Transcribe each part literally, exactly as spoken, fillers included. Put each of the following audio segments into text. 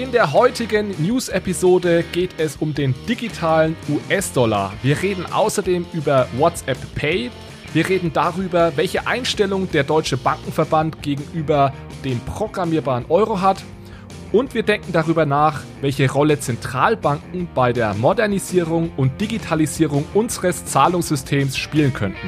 In der heutigen News-Episode geht es um den digitalen U S-Dollar. Wir reden außerdem über WhatsApp Pay. Wir reden darüber, welche Einstellung der Deutsche Bankenverband gegenüber dem programmierbaren Euro hat. Und wir denken darüber nach, welche Rolle Zentralbanken bei der Modernisierung und Digitalisierung unseres Zahlungssystems spielen könnten.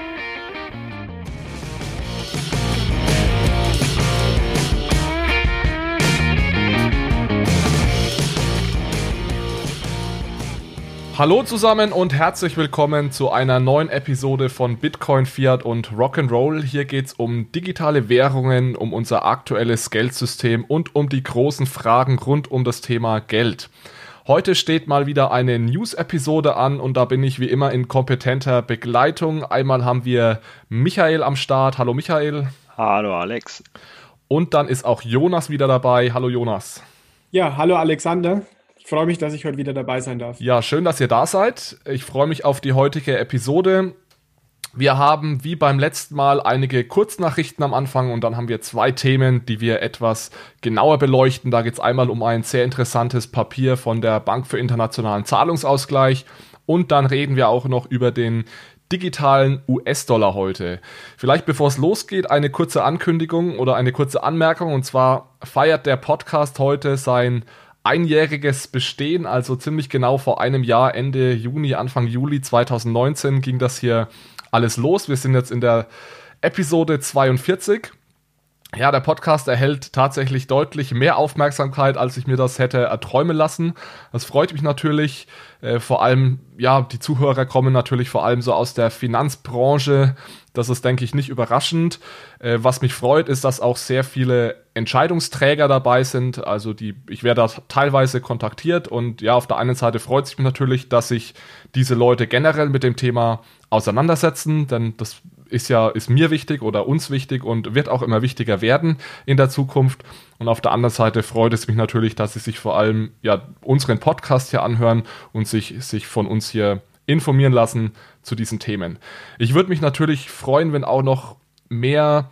Hallo zusammen und herzlich willkommen zu einer neuen Episode von Bitcoin, Fiat und Rock'n'Roll. Hier geht es um digitale Währungen, um unser aktuelles Geldsystem und um die großen Fragen rund um das Thema Geld. Heute steht mal wieder eine News-Episode an und da bin ich wie immer in kompetenter Begleitung. Einmal haben wir Michael am Start. Hallo Michael. Hallo Alex. Und dann ist auch Jonas wieder dabei. Hallo Jonas. Ja, hallo Alexander. Ich freue mich, dass ich heute wieder dabei sein darf. Ja, schön, dass ihr da seid. Ich freue mich auf die heutige Episode. Wir haben wie beim letzten Mal einige Kurznachrichten am Anfang und dann haben wir zwei Themen, die wir etwas genauer beleuchten. Da geht es einmal um ein sehr interessantes Papier von der Bank für internationalen Zahlungsausgleich und dann reden wir auch noch über den digitalen U S-Dollar heute. Vielleicht bevor es losgeht, eine kurze Ankündigung oder eine kurze Anmerkung, und zwar feiert der Podcast heute sein einjähriges Bestehen, also ziemlich genau vor einem Jahr, Ende Juni, Anfang Juli zweitausendneunzehn ging das hier alles los. Wir sind jetzt in der Episode zweiundvierzig. Ja, der Podcast erhält tatsächlich deutlich mehr Aufmerksamkeit, als ich mir das hätte erträumen lassen. Das freut mich natürlich. Äh, vor allem, ja, die Zuhörer kommen natürlich vor allem so aus der Finanzbranche. Das ist, denke ich, nicht überraschend. Äh, was mich freut, ist, dass auch sehr viele Entscheidungsträger dabei sind. Also die, ich werde da teilweise kontaktiert und ja, auf der einen Seite freut es mich natürlich, dass sich diese Leute generell mit dem Thema auseinandersetzen, denn das ist ja, ist mir wichtig oder uns wichtig und wird auch immer wichtiger werden in der Zukunft. Und auf der anderen Seite freut es mich natürlich, dass sie sich vor allem ja unseren Podcast hier anhören und sich, sich von uns hier informieren lassen zu diesen Themen. Ich würde mich natürlich freuen, wenn auch noch mehr,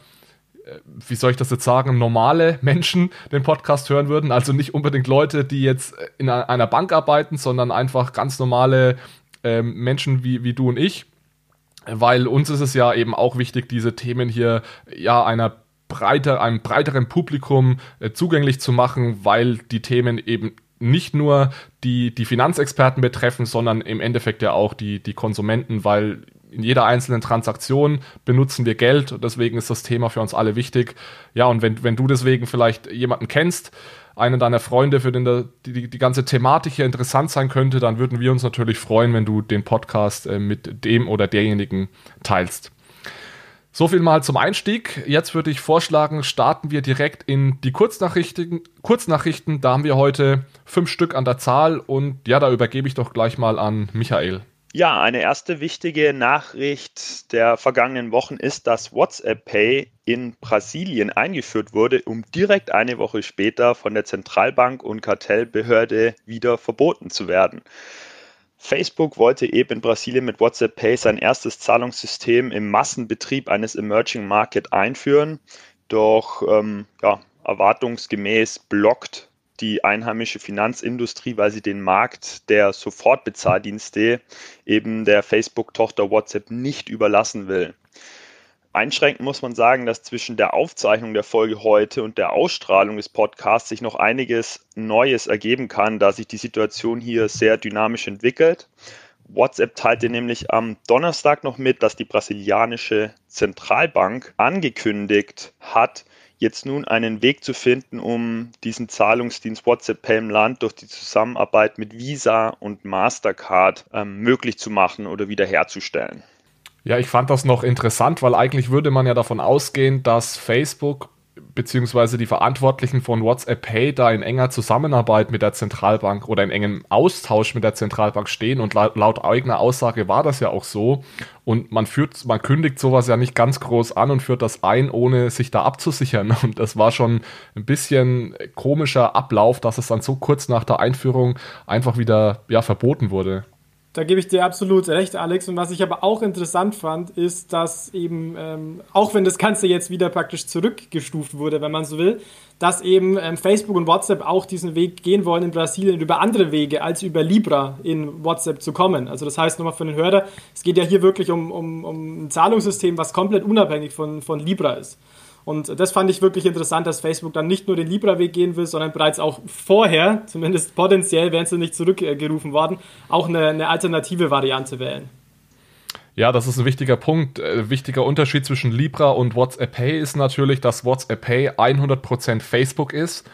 wie soll ich das jetzt sagen, normale Menschen den Podcast hören würden. Also nicht unbedingt Leute, die jetzt in einer Bank arbeiten, sondern einfach ganz normale äh, Menschen wie, wie du und ich. Weil uns ist es ja eben auch wichtig, diese Themen hier ja einer breiter, einem breiteren Publikum äh, zugänglich zu machen, weil die Themen eben nicht nur die, die Finanzexperten betreffen, sondern im Endeffekt ja auch die, die Konsumenten, weil in jeder einzelnen Transaktion benutzen wir Geld und deswegen ist das Thema für uns alle wichtig. Ja, und wenn, wenn du deswegen vielleicht jemanden kennst, einen deiner Freunde, für den der, die, die ganze Thematik hier interessant sein könnte, dann würden wir uns natürlich freuen, wenn du den Podcast äh, mit dem oder derjenigen teilst. So viel mal zum Einstieg. Jetzt würde ich vorschlagen, starten wir direkt in die Kurznachrichten. Kurznachrichten, da haben wir heute fünf Stück an der Zahl und ja, da übergebe ich doch gleich mal an Michael. Ja, eine erste wichtige Nachricht der vergangenen Wochen ist, dass WhatsApp Pay in Brasilien eingeführt wurde, um direkt eine Woche später von der Zentralbank und Kartellbehörde wieder verboten zu werden. Facebook wollte eben in Brasilien mit WhatsApp Pay sein erstes Zahlungssystem im Massenbetrieb eines Emerging Market einführen, doch ähm, ja, erwartungsgemäß blockt die einheimische Finanzindustrie, weil sie den Markt der Sofortbezahldienste eben der Facebook-Tochter WhatsApp nicht überlassen will. Einschränkend muss man sagen, dass zwischen der Aufzeichnung der Folge heute und der Ausstrahlung des Podcasts sich noch einiges Neues ergeben kann, da sich die Situation hier sehr dynamisch entwickelt. WhatsApp teilte nämlich am Donnerstag noch mit, dass die brasilianische Zentralbank angekündigt hat, jetzt nun einen Weg zu finden, um diesen Zahlungsdienst WhatsApp Pay im Land durch die Zusammenarbeit mit Visa und Mastercard ähm, möglich zu machen oder wiederherzustellen. Ja, ich fand das noch interessant, weil eigentlich würde man ja davon ausgehen, dass Facebook beziehungsweise die Verantwortlichen von WhatsApp Pay da in enger Zusammenarbeit mit der Zentralbank oder in engem Austausch mit der Zentralbank stehen und laut, laut eigener Aussage war das ja auch so und man führt, man kündigt sowas ja nicht ganz groß an und führt das ein, ohne sich da abzusichern und das war schon ein bisschen komischer Ablauf, dass es dann so kurz nach der Einführung einfach wieder ja verboten wurde. Da gebe ich dir absolut recht, Alex. Und was ich aber auch interessant fand, ist, dass eben, ähm, auch wenn das Ganze jetzt wieder praktisch zurückgestuft wurde, wenn man so will, dass eben ähm, Facebook und WhatsApp auch diesen Weg gehen wollen in Brasilien über andere Wege, als über Libra in WhatsApp zu kommen. Also das heißt nochmal für den Hörer, es geht ja hier wirklich um, um, um ein Zahlungssystem, was komplett unabhängig von, von Libra ist. Und das fand ich wirklich interessant, dass Facebook dann nicht nur den Libra-Weg gehen will, sondern bereits auch vorher, zumindest potenziell, wären sie nicht zurückgerufen worden, auch eine, eine alternative Variante wählen. Ja, das ist ein wichtiger Punkt. Äh, wichtiger Unterschied zwischen Libra und WhatsApp Pay ist natürlich, dass WhatsApp Pay hundert Prozent Facebook ist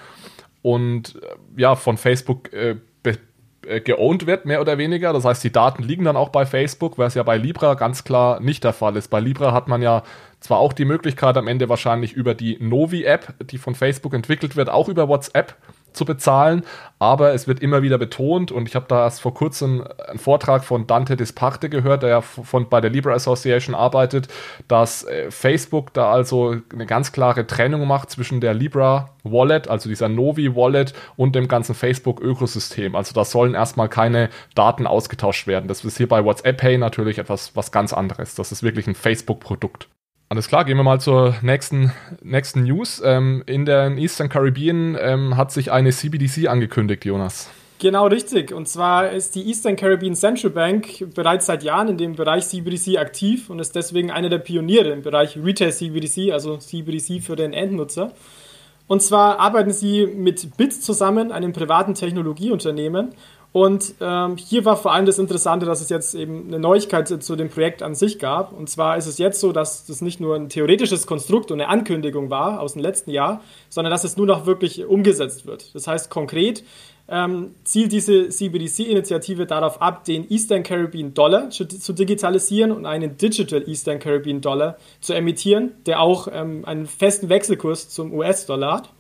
und äh, ja, von Facebook äh, be- äh, geowned wird, mehr oder weniger. Das heißt, die Daten liegen dann auch bei Facebook, was ja bei Libra ganz klar nicht der Fall ist. Bei Libra hat man ja zwar auch die Möglichkeit, am Ende wahrscheinlich über die Novi-App, die von Facebook entwickelt wird, auch über WhatsApp zu bezahlen, aber es wird immer wieder betont, und ich habe da erst vor kurzem einen Vortrag von Dante Disparte gehört, der ja von, bei der Libra Association arbeitet, dass äh, Facebook da also eine ganz klare Trennung macht zwischen der Libra Wallet, also dieser Novi Wallet, und dem ganzen Facebook-Ökosystem. Also da sollen erstmal keine Daten ausgetauscht werden. Das ist hier bei WhatsApp Pay natürlich etwas was ganz anderes. Das ist wirklich ein Facebook-Produkt. Alles klar, gehen wir mal zur nächsten, nächsten News. Ähm, in der Eastern Caribbean ähm, hat sich eine C B D C angekündigt, Jonas. Genau, richtig. Und zwar ist die Eastern Caribbean Central Bank bereits seit Jahren in dem Bereich C B D C aktiv und ist deswegen eine der Pioniere im Bereich Retail C B D C, also C B D C für den Endnutzer. Und zwar arbeiten sie mit B I T zusammen, einem privaten Technologieunternehmen. Und ähm, hier war vor allem das Interessante, dass es jetzt eben eine Neuigkeit zu dem Projekt an sich gab. Und zwar ist es jetzt so, dass das nicht nur ein theoretisches Konstrukt und eine Ankündigung war aus dem letzten Jahr, sondern dass es nur noch wirklich umgesetzt wird. Das heißt konkret ähm, zielt diese C B D C-Initiative darauf ab, den Eastern Caribbean Dollar zu, zu digitalisieren und einen Digital Eastern Caribbean Dollar zu emittieren, der auch ähm, einen festen Wechselkurs zum U S-Dollar hat.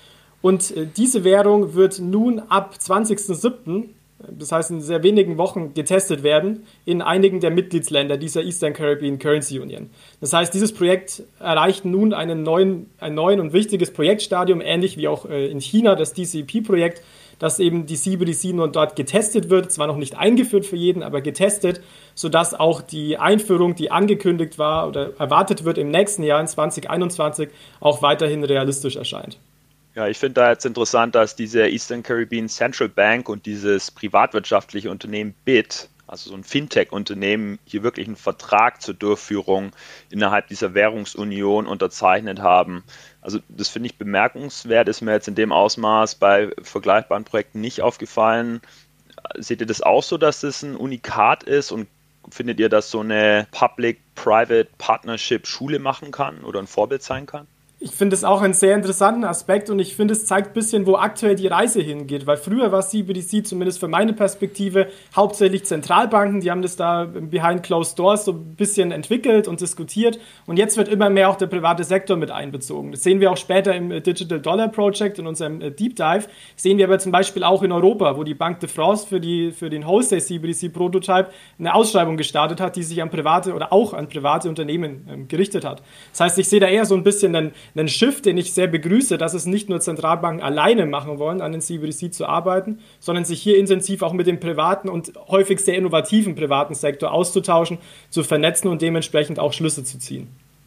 Und äh, diese Währung wird nun ab zwanzigsten siebten, das heißt in sehr wenigen Wochen, getestet werden in einigen der Mitgliedsländer dieser Eastern Caribbean Currency Union. Das heißt, dieses Projekt erreicht nun einen neuen, ein neues und wichtiges Projektstadium, ähnlich wie auch in China das D C P-Projekt, dass eben die C B D C nun dort getestet wird, zwar noch nicht eingeführt für jeden, aber getestet, sodass auch die Einführung, die angekündigt war oder erwartet wird im nächsten Jahr, in zwanzig einundzwanzig, auch weiterhin realistisch erscheint. Ja, ich finde da jetzt interessant, dass diese Eastern Caribbean Central Bank und dieses privatwirtschaftliche Unternehmen B I T, also so ein Fintech-Unternehmen, hier wirklich einen Vertrag zur Durchführung innerhalb dieser Währungsunion unterzeichnet haben. Also das finde ich bemerkenswert, ist mir jetzt in dem Ausmaß bei vergleichbaren Projekten nicht aufgefallen. Seht ihr das auch so, dass das ein Unikat ist, und findet ihr, dass so eine Public-Private Partnership Schule machen kann oder ein Vorbild sein kann? Ich finde es auch einen sehr interessanten Aspekt und ich finde, es zeigt ein bisschen, wo aktuell die Reise hingeht, weil früher war C B D C, zumindest für meine Perspektive, hauptsächlich Zentralbanken, die haben das da behind closed doors so ein bisschen entwickelt und diskutiert, und jetzt wird immer mehr auch der private Sektor mit einbezogen. Das sehen wir auch später im Digital Dollar Project, in unserem Deep Dive, sehen wir aber zum Beispiel auch in Europa, wo die Banque de France für, die, für den Wholesale C B D C Prototype eine Ausschreibung gestartet hat, die sich an private oder auch an private Unternehmen ähm, gerichtet hat. Das heißt, ich sehe da eher so ein bisschen einen einen Shift, den ich sehr begrüße, dass es nicht nur Zentralbanken alleine machen wollen, an den C B D C zu arbeiten, sondern sich hier intensiv auch mit dem privaten und häufig sehr innovativen privaten Sektor auszutauschen, zu vernetzen und dementsprechend auch Schlüsse zu ziehen.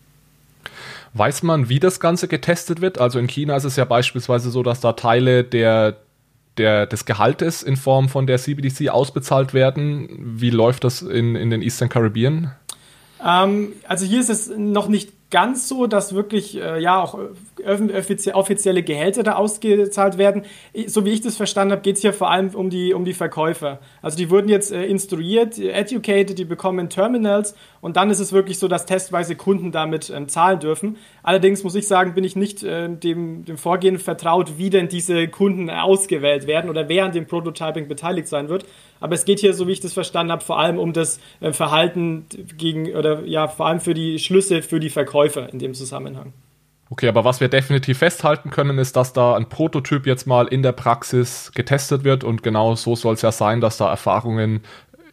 Weiß man, wie das Ganze getestet wird? Also in China ist es ja beispielsweise so, dass da Teile der, der, des Gehaltes in Form von der C B D C ausbezahlt werden. Wie läuft das in, in den Eastern Caribbean? Ähm, also hier ist es noch nicht ganz so, dass wirklich äh, ja auch offizie- offizielle Gehälter da ausgezahlt werden. So wie ich das verstanden habe, geht es hier vor allem um die, um die Verkäufer. Also die wurden jetzt äh, instruiert, educated, die bekommen Terminals, und dann ist es wirklich so, dass testweise Kunden damit ähm, zahlen dürfen. Allerdings muss ich sagen, bin ich nicht äh, dem, dem Vorgehen vertraut, wie denn diese Kunden ausgewählt werden oder wer an dem Prototyping beteiligt sein wird. Aber es geht hier, so wie ich das verstanden habe, vor allem um das äh, Verhalten gegen, oder ja, vor allem für die Schlüsse für die Verkäufer in dem Zusammenhang. Okay, aber was wir definitiv festhalten können, ist, dass da ein Prototyp jetzt mal in der Praxis getestet wird, und genau so soll es ja sein, dass da Erfahrungen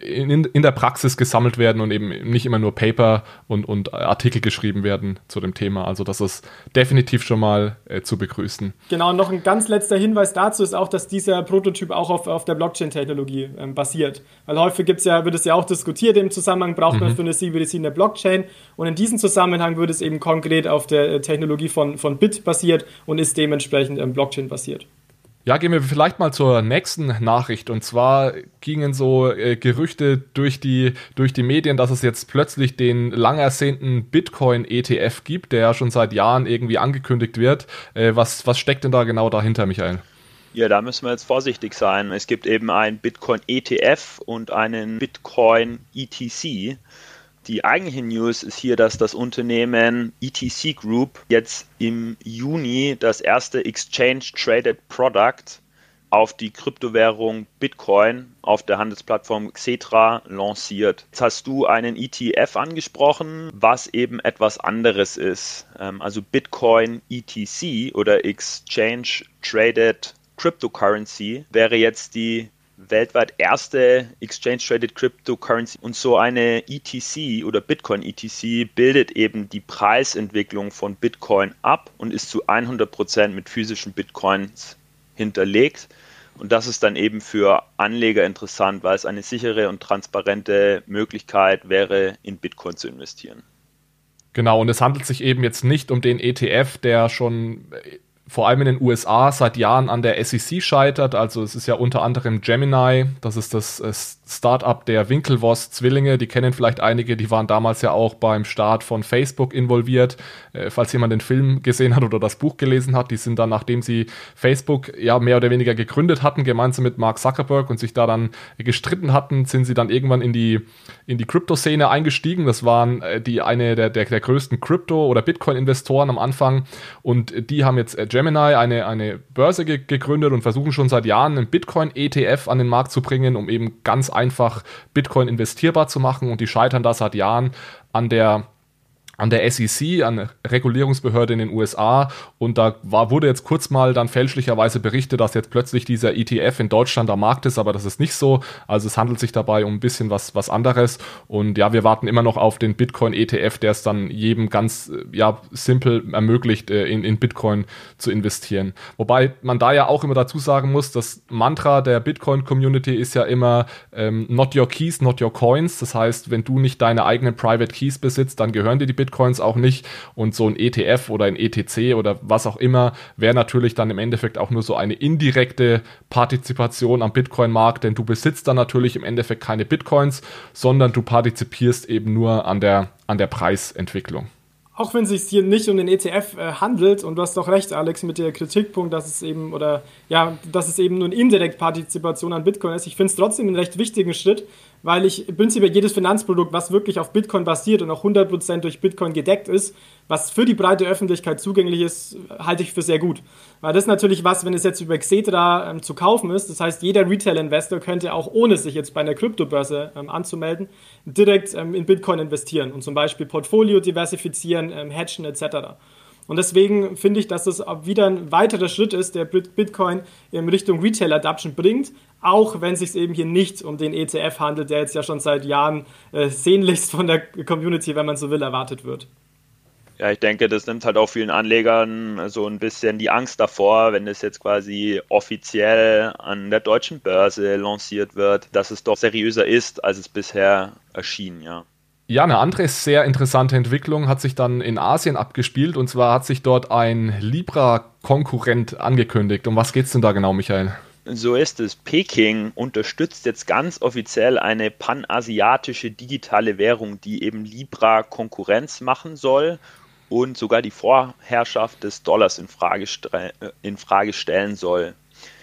in, in der Praxis gesammelt werden und eben nicht immer nur Paper und, und Artikel geschrieben werden zu dem Thema. Also das ist definitiv schon mal äh, zu begrüßen. Genau, und noch ein ganz letzter Hinweis dazu ist auch, dass dieser Prototyp auch auf, auf der Blockchain-Technologie ähm, basiert. Weil häufig gibt's ja, wird es ja auch diskutiert im Zusammenhang, braucht man mhm. für eine C B D C eine Blockchain. Und in diesem Zusammenhang wird es eben konkret auf der Technologie von, von Bit basiert und ist dementsprechend ähm, Blockchain-basiert. Ja, gehen wir vielleicht mal zur nächsten Nachricht. Und zwar gingen so äh, Gerüchte durch die, durch die Medien, dass es jetzt plötzlich den lang ersehnten Bitcoin-E T F gibt, der ja schon seit Jahren irgendwie angekündigt wird. Äh, was, was steckt denn da genau dahinter, Michael? Ja, da müssen wir jetzt vorsichtig sein. Es gibt eben einen Bitcoin-E T F und einen Bitcoin-E T C. Die eigentliche News ist hier, dass das Unternehmen E T C Group jetzt im Juni das erste Exchange Traded Product auf die Kryptowährung Bitcoin auf der Handelsplattform Xetra lanciert. Jetzt hast du einen E T F angesprochen, was eben etwas anderes ist. Also Bitcoin E T C oder Exchange Traded Cryptocurrency wäre jetzt die weltweit erste Exchange-Traded Cryptocurrency, und so eine E T C oder Bitcoin-E T C bildet eben die Preisentwicklung von Bitcoin ab und ist zu hundert Prozent mit physischen Bitcoins hinterlegt. Und das ist dann eben für Anleger interessant, weil es eine sichere und transparente Möglichkeit wäre, in Bitcoin zu investieren. Genau, und es handelt sich eben jetzt nicht um den E T F, der schon vor allem in den U S A seit Jahren an der S E C scheitert. Also es ist ja unter anderem Gemini, das ist das äh, Startup der Winklevoss-Zwillinge, die kennen vielleicht einige, die waren damals ja auch beim Start von Facebook involviert. Äh, falls jemand den Film gesehen hat oder das Buch gelesen hat, die sind dann, nachdem sie Facebook ja mehr oder weniger gegründet hatten, gemeinsam mit Mark Zuckerberg und sich da dann gestritten hatten, sind sie dann irgendwann in die, in die Krypto-Szene eingestiegen. Das waren äh, die eine der, der, der größten Krypto- oder Bitcoin-Investoren am Anfang, und die haben jetzt äh, Gemini eine, eine Börse ge- gegründet und versuchen schon seit Jahren einen Bitcoin-E T F an den Markt zu bringen, um eben ganz einfach Bitcoin investierbar zu machen, und die scheitern da seit Jahren an der an der S E C, an der Regulierungsbehörde in den U S A, und da war, wurde jetzt kurz mal dann fälschlicherweise berichtet, dass jetzt plötzlich dieser E T F in Deutschland am Markt ist, aber das ist nicht so. Also es handelt sich dabei um ein bisschen was, was anderes, und ja, wir warten immer noch auf den Bitcoin-E T F, der es dann jedem ganz, ja, simpel ermöglicht, in, in Bitcoin zu investieren. Wobei man da ja auch immer dazu sagen muss, das Mantra der Bitcoin-Community ist ja immer ähm, not your keys, not your coins. Das heißt, wenn du nicht deine eigenen Private Keys besitzt, dann gehören dir die Bitcoins auch nicht, und so ein E T F oder ein E T C oder was auch immer wäre natürlich dann im Endeffekt auch nur so eine indirekte Partizipation am Bitcoin-Markt, denn du besitzt dann natürlich im Endeffekt keine Bitcoins, sondern du partizipierst eben nur an der, an der Preisentwicklung. Auch wenn es sich hier nicht um den E T F äh, handelt, und du hast doch recht, Alex, mit der Kritikpunkt, dass es eben oder ja, dass es eben nur eine indirekte Partizipation an Bitcoin ist. Ich finde es trotzdem einen recht wichtigen Schritt, weil ich im Prinzip jedes Finanzprodukt, was wirklich auf Bitcoin basiert und auch hundert Prozent durch Bitcoin gedeckt ist, was für die breite Öffentlichkeit zugänglich ist, halte ich für sehr gut. Weil das ist natürlich was, wenn es jetzt über Xetra ähm, zu kaufen ist, das heißt, jeder Retail-Investor könnte auch, ohne sich jetzt bei einer Kryptobörse ähm, anzumelden, direkt ähm, in Bitcoin investieren und zum Beispiel Portfolio diversifizieren, ähm, hedgen et cetera. Und deswegen finde ich, dass das wieder ein weiterer Schritt ist, der Bitcoin in Richtung Retail-Adoption bringt, auch wenn es sich eben hier nicht um den E T F handelt, der jetzt ja schon seit Jahren äh, sehnlichst von der Community, wenn man so will, erwartet wird. Ja, ich denke, das nimmt halt auch vielen Anlegern so ein bisschen die Angst davor, wenn das jetzt quasi offiziell an der deutschen Börse lanciert wird, dass es doch seriöser ist, als es bisher erschien, ja. Ja, eine andere sehr interessante Entwicklung hat sich dann in Asien abgespielt, und zwar hat sich dort ein Libra-Konkurrent angekündigt. Um was geht's denn da genau, Michael? So ist es. Peking unterstützt jetzt ganz offiziell eine panasiatische digitale Währung, die eben Libra Konkurrenz machen soll und sogar die Vorherrschaft des Dollars in Frage, stre- in Frage stellen soll.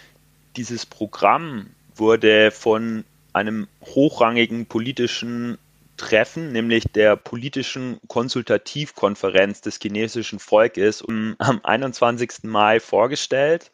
Dieses Programm wurde von einem hochrangigen politischen Treffen, nämlich der politischen Konsultativkonferenz des chinesischen Volkes, am einundzwanzigsten Mai vorgestellt.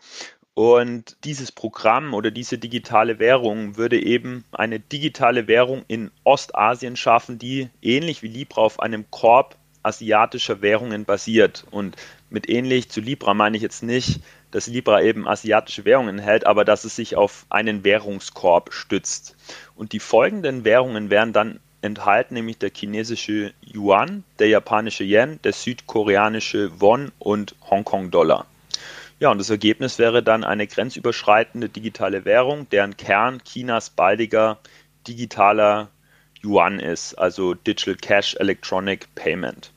Und dieses Programm oder diese digitale Währung würde eben eine digitale Währung in Ostasien schaffen, die ähnlich wie Libra auf einem Korb asiatischer Währungen basiert. Und mit ähnlich zu Libra meine ich jetzt nicht dass Libra eben asiatische Währungen enthält, aber dass es sich auf einen Währungskorb stützt. Und die folgenden Währungen wären dann enthalten, nämlich der chinesische Yuan, der japanische Yen, der südkoreanische Won und Hongkong-Dollar. Ja, und das Ergebnis wäre dann eine grenzüberschreitende digitale Währung, deren Kern Chinas baldiger digitaler Yuan ist, also Digital Cash Electronic Payment.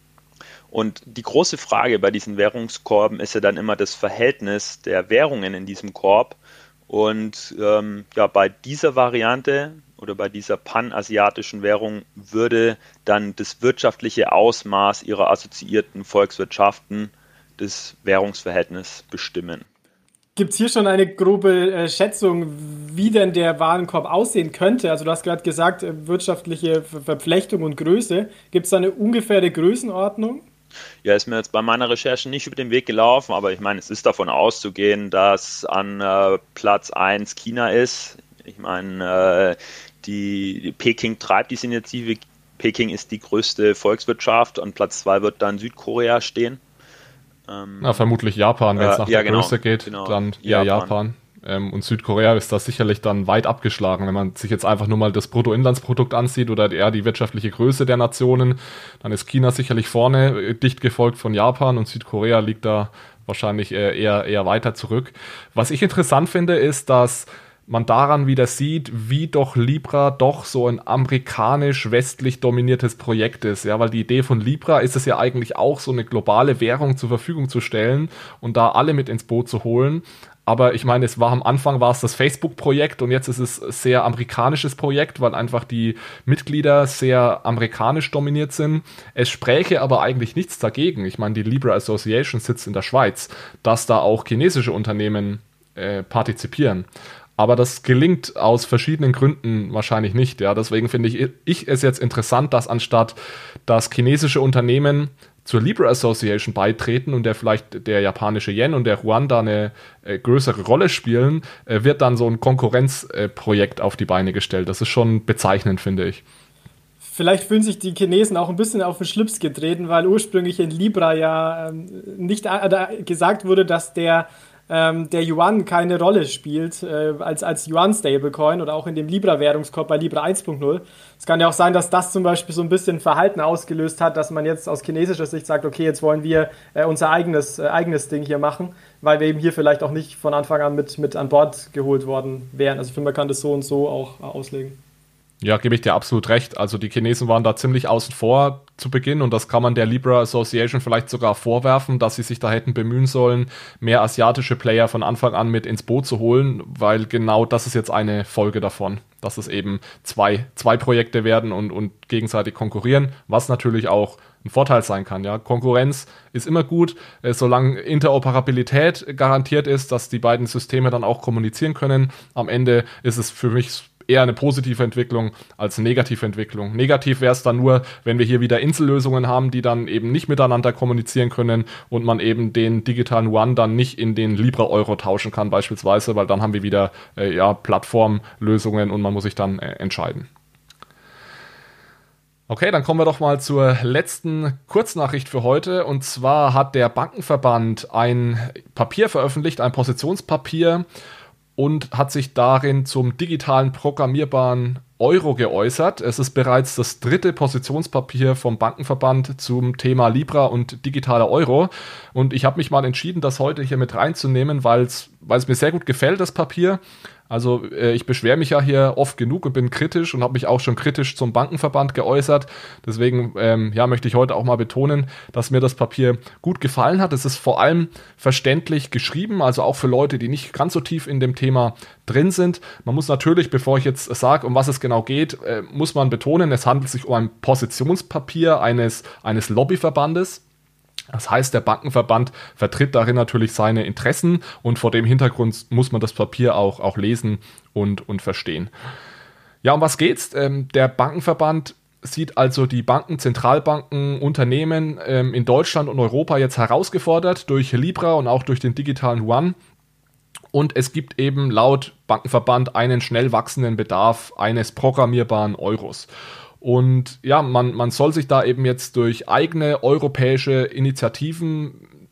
Und die große Frage bei diesen Währungskorben ist ja dann immer das Verhältnis der Währungen in diesem Korb. Und ähm, ja, bei dieser Variante oder bei dieser panasiatischen Währung würde dann das wirtschaftliche Ausmaß ihrer assoziierten Volkswirtschaften das Währungsverhältnis bestimmen. Gibt es hier schon eine grobe äh, Schätzung, wie denn der Warenkorb aussehen könnte? Also du hast gerade gesagt, äh, wirtschaftliche Ver- Verflechtung und Größe. Gibt es da eine ungefähre Größenordnung? Ja, ist mir jetzt bei meiner Recherche nicht über den Weg gelaufen, aber ich meine, es ist davon auszugehen, dass an äh, Platz eins China ist. Ich meine, äh, die, die Peking treibt diese Initiative. Peking ist die größte Volkswirtschaft, an Platz zwei wird dann Südkorea stehen. Ähm, ja, vermutlich Japan, wenn es äh, nach ja, der genau, Größe geht, genau, dann eher Japan. Japan. Ähm, und Südkorea ist da sicherlich dann weit abgeschlagen. Wenn man sich jetzt einfach nur mal das Bruttoinlandsprodukt ansieht oder eher die wirtschaftliche Größe der Nationen, dann ist China sicherlich vorne, dicht gefolgt von Japan, und Südkorea liegt da wahrscheinlich eher, eher weiter zurück. Was ich interessant finde, ist, dass man daran wieder sieht, wie doch Libra doch so ein amerikanisch-westlich dominiertes Projekt ist. Ja, weil die Idee von Libra ist es ja eigentlich auch, so eine globale Währung zur Verfügung zu stellen und da alle mit ins Boot zu holen. Aber ich meine, es war am Anfang war es das Facebook-Projekt und jetzt ist es ein sehr amerikanisches Projekt, weil einfach die Mitglieder sehr amerikanisch dominiert sind. Es spräche aber eigentlich nichts dagegen. Ich meine, die Libra Association sitzt in der Schweiz, dass da auch chinesische Unternehmen äh, partizipieren. Aber das gelingt aus verschiedenen Gründen wahrscheinlich nicht. Ja. Deswegen finde ich, ich es jetzt interessant, dass anstatt dass chinesische Unternehmen zur Libra Association beitreten und der vielleicht der japanische Yen und der Yuan da eine äh, größere Rolle spielen, äh, wird dann so ein Konkurrenzprojekt äh, auf die Beine gestellt. Das ist schon bezeichnend, finde ich. Vielleicht fühlen sich die Chinesen auch ein bisschen auf den Schlips getreten, weil ursprünglich in Libra ja ähm, nicht äh, gesagt wurde, dass der ähm, der Yuan keine Rolle spielt äh, als, als Yuan-Stablecoin oder auch in dem Libra-Währungskorb bei Libra eins Punkt null. Es kann ja auch sein, dass das zum Beispiel so ein bisschen Verhalten ausgelöst hat, dass man jetzt aus chinesischer Sicht sagt, okay, jetzt wollen wir äh, unser eigenes, äh, eigenes Ding hier machen, weil wir eben hier vielleicht auch nicht von Anfang an mit, mit an Bord geholt worden wären. Also ich finde, man kann das so und so auch äh, auslegen. Ja, gebe ich dir absolut recht. Also die Chinesen waren da ziemlich außen vor zu Beginn und das kann man der Libra Association vielleicht sogar vorwerfen, dass sie sich da hätten bemühen sollen, mehr asiatische Player von Anfang an mit ins Boot zu holen, weil genau das ist jetzt eine Folge davon, dass es eben zwei, zwei Projekte werden und, und gegenseitig konkurrieren, was natürlich auch ein Vorteil sein kann. Ja, Konkurrenz ist immer gut, äh, solange Interoperabilität garantiert ist, dass die beiden Systeme dann auch kommunizieren können. Am Ende ist es für mich eher eine positive Entwicklung als eine negative Entwicklung. Negativ wäre es dann nur, wenn wir hier wieder Insellösungen haben, die dann eben nicht miteinander kommunizieren können und man eben den digitalen Yuan dann nicht in den Libra-Euro tauschen kann beispielsweise, weil dann haben wir wieder äh, ja, Plattformlösungen und man muss sich dann äh, entscheiden. Okay, dann kommen wir doch mal zur letzten Kurznachricht für heute. Und zwar hat der Bankenverband ein Papier veröffentlicht, ein Positionspapier, und hat sich darin zum digitalen programmierbaren Euro geäußert. Es ist bereits das dritte Positionspapier vom Bankenverband zum Thema Libra und digitaler Euro. Und ich habe mich mal entschieden, das heute hier mit reinzunehmen, weil es mir sehr gut gefällt, das Papier. Also äh, ich beschwere mich ja hier oft genug und bin kritisch und habe mich auch schon kritisch zum Bankenverband geäußert. Deswegen ähm, ja, möchte ich heute auch mal betonen, dass mir das Papier gut gefallen hat. Es ist vor allem verständlich geschrieben, also auch für Leute, die nicht ganz so tief in dem Thema drin sind. Man muss natürlich, bevor ich jetzt sage, um was es genau geht, äh, muss man betonen, es handelt sich um ein Positionspapier eines, eines Lobbyverbandes. Das heißt, der Bankenverband vertritt darin natürlich seine Interessen und vor dem Hintergrund muss man das Papier auch, auch lesen und, und verstehen. Ja, um was geht's? Ähm, der Bankenverband sieht also die Banken, Zentralbanken, Unternehmen ähm, in Deutschland und Europa jetzt herausgefordert durch Libra und auch durch den digitalen Yuan. Und es gibt eben laut Bankenverband einen schnell wachsenden Bedarf eines programmierbaren Euros. Und ja, man, man soll sich da eben jetzt durch eigene europäische Initiativen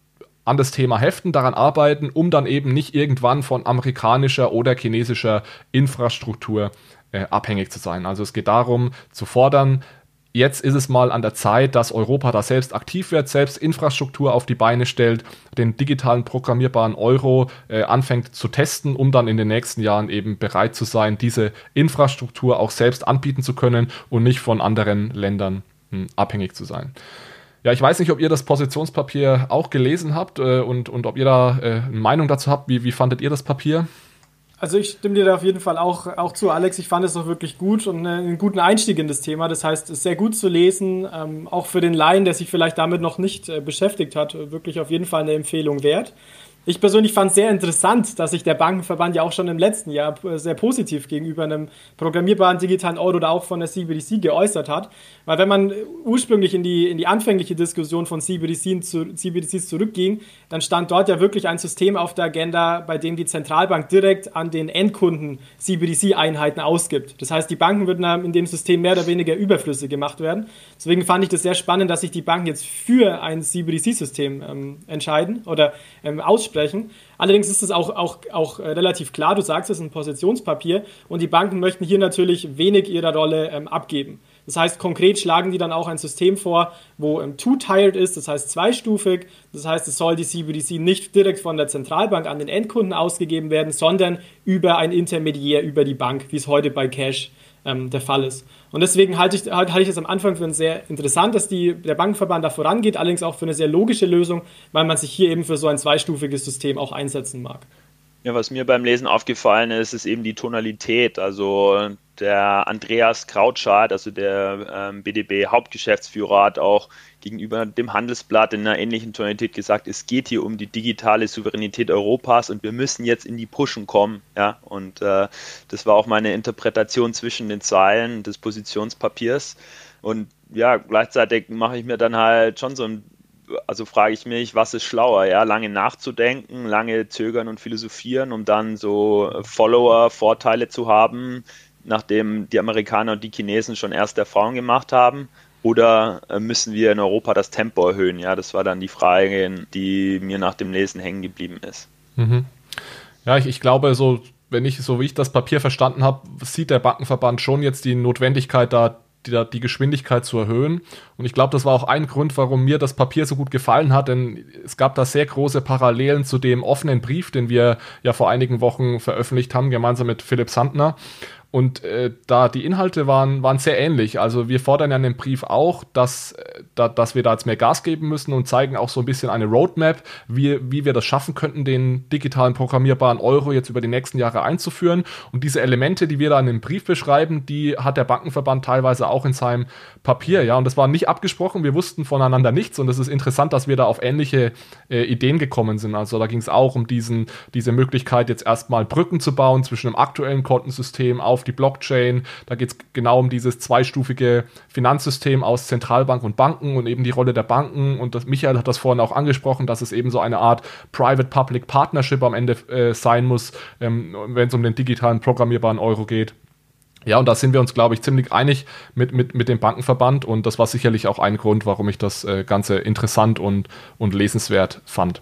an das Thema heften, daran arbeiten, um dann eben nicht irgendwann von amerikanischer oder chinesischer Infrastruktur äh, abhängig zu sein. Also es geht darum, zu fordern, jetzt ist es mal an der Zeit, dass Europa da selbst aktiv wird, selbst Infrastruktur auf die Beine stellt, den digitalen programmierbaren Euro äh, anfängt zu testen, um dann in den nächsten Jahren eben bereit zu sein, diese Infrastruktur auch selbst anbieten zu können und nicht von anderen Ländern mh, abhängig zu sein. Ja, ich weiß nicht, ob ihr das Positionspapier auch gelesen habt äh, und, und ob ihr da äh, eine Meinung dazu habt. Wie, wie fandet ihr das Papier? Also ich stimme dir da auf jeden Fall auch, auch zu, Alex. Ich fand es auch wirklich gut und einen guten Einstieg in das Thema. Das heißt, es ist sehr gut zu lesen, ähm, auch für den Laien, der sich vielleicht damit noch nicht äh, beschäftigt hat, wirklich auf jeden Fall eine Empfehlung wert. Ich persönlich fand es sehr interessant, dass sich der Bankenverband ja auch schon im letzten Jahr sehr positiv gegenüber einem programmierbaren digitalen Euro oder auch von der C B D C geäußert hat. Weil wenn man ursprünglich in die, in die anfängliche Diskussion von C B D C zu, C B D Cs zurückging, dann stand dort ja wirklich ein System auf der Agenda, bei dem die Zentralbank direkt an den Endkunden C B D C-Einheiten ausgibt. Das heißt, die Banken würden in dem System mehr oder weniger überflüssig gemacht werden. Deswegen fand ich das sehr spannend, dass sich die Banken jetzt für ein C B D C-System ähm, entscheiden oder ähm, aussprechen. Allerdings ist es auch, auch, auch relativ klar, du sagst, es ist ein Positionspapier und die Banken möchten hier natürlich wenig ihrer Rolle ähm, abgeben. Das heißt, konkret schlagen die dann auch ein System vor, wo ähm, two-tiered ist, das heißt zweistufig. Das heißt, es soll die C B D C nicht direkt von der Zentralbank an den Endkunden ausgegeben werden, sondern über ein Intermediär, über die Bank, wie es heute bei Cash ähm, der Fall ist. Und deswegen halte ich, halte ich das am Anfang für ein sehr interessant, dass die, der Bankenverband da vorangeht, allerdings auch für eine sehr logische Lösung, weil man sich hier eben für so ein zweistufiges System auch einsetzen mag. Ja, was mir beim Lesen aufgefallen ist, ist eben die Tonalität. Also der Andreas Krautschardt, also der ähm, B D B-Hauptgeschäftsführer, hat auch gegenüber dem Handelsblatt in einer ähnlichen Tonalität gesagt, es geht hier um die digitale Souveränität Europas und wir müssen jetzt in die Pushen kommen. Ja? Und äh, das war auch meine Interpretation zwischen den Zeilen des Positionspapiers. Und ja, gleichzeitig mache ich mir dann halt schon so ein Also frage ich mich, was ist schlauer, ja, lange nachzudenken, lange zögern und philosophieren, um dann so Follower-Vorteile zu haben, nachdem die Amerikaner und die Chinesen schon erste Erfahrungen gemacht haben, oder müssen wir in Europa das Tempo erhöhen? Ja, das war dann die Frage, die mir nach dem Lesen hängen geblieben ist. Mhm. Ja, ich, ich glaube, so, wenn ich, so wie ich das Papier verstanden habe, sieht der Bankenverband schon jetzt die Notwendigkeit, da Die, die Geschwindigkeit zu erhöhen. Und ich glaube, das war auch ein Grund, warum mir das Papier so gut gefallen hat, denn es gab da sehr große Parallelen zu dem offenen Brief, den wir ja vor einigen Wochen veröffentlicht haben, gemeinsam mit Philipp Sandner. Und äh, da die Inhalte waren, waren sehr ähnlich. Also wir fordern ja in dem Brief auch, dass, da, dass wir da jetzt mehr Gas geben müssen und zeigen auch so ein bisschen eine Roadmap, wie, wie wir das schaffen könnten, den digitalen programmierbaren Euro jetzt über die nächsten Jahre einzuführen. Und diese Elemente, die wir da in dem Brief beschreiben, die hat der Bankenverband teilweise auch in seinem Papier. Ja, und das war nicht abgesprochen, wir wussten voneinander nichts. Und es ist interessant, dass wir da auf ähnliche äh, Ideen gekommen sind. Also da ging es auch um diesen, diese Möglichkeit, jetzt erstmal Brücken zu bauen zwischen dem aktuellen Kontensystem auf die Blockchain. Da geht es genau um dieses zweistufige Finanzsystem aus Zentralbank und Banken und eben die Rolle der Banken. Und das, Michael hat das vorhin auch angesprochen, dass es eben so eine Art Private-Public Partnership am Ende äh, sein muss, ähm, wenn es um den digitalen programmierbaren Euro geht. Ja, und da sind wir uns, glaube ich, ziemlich einig mit, mit, mit dem Bankenverband. Und das war sicherlich auch ein Grund, warum ich das äh, Ganze interessant und, und lesenswert fand.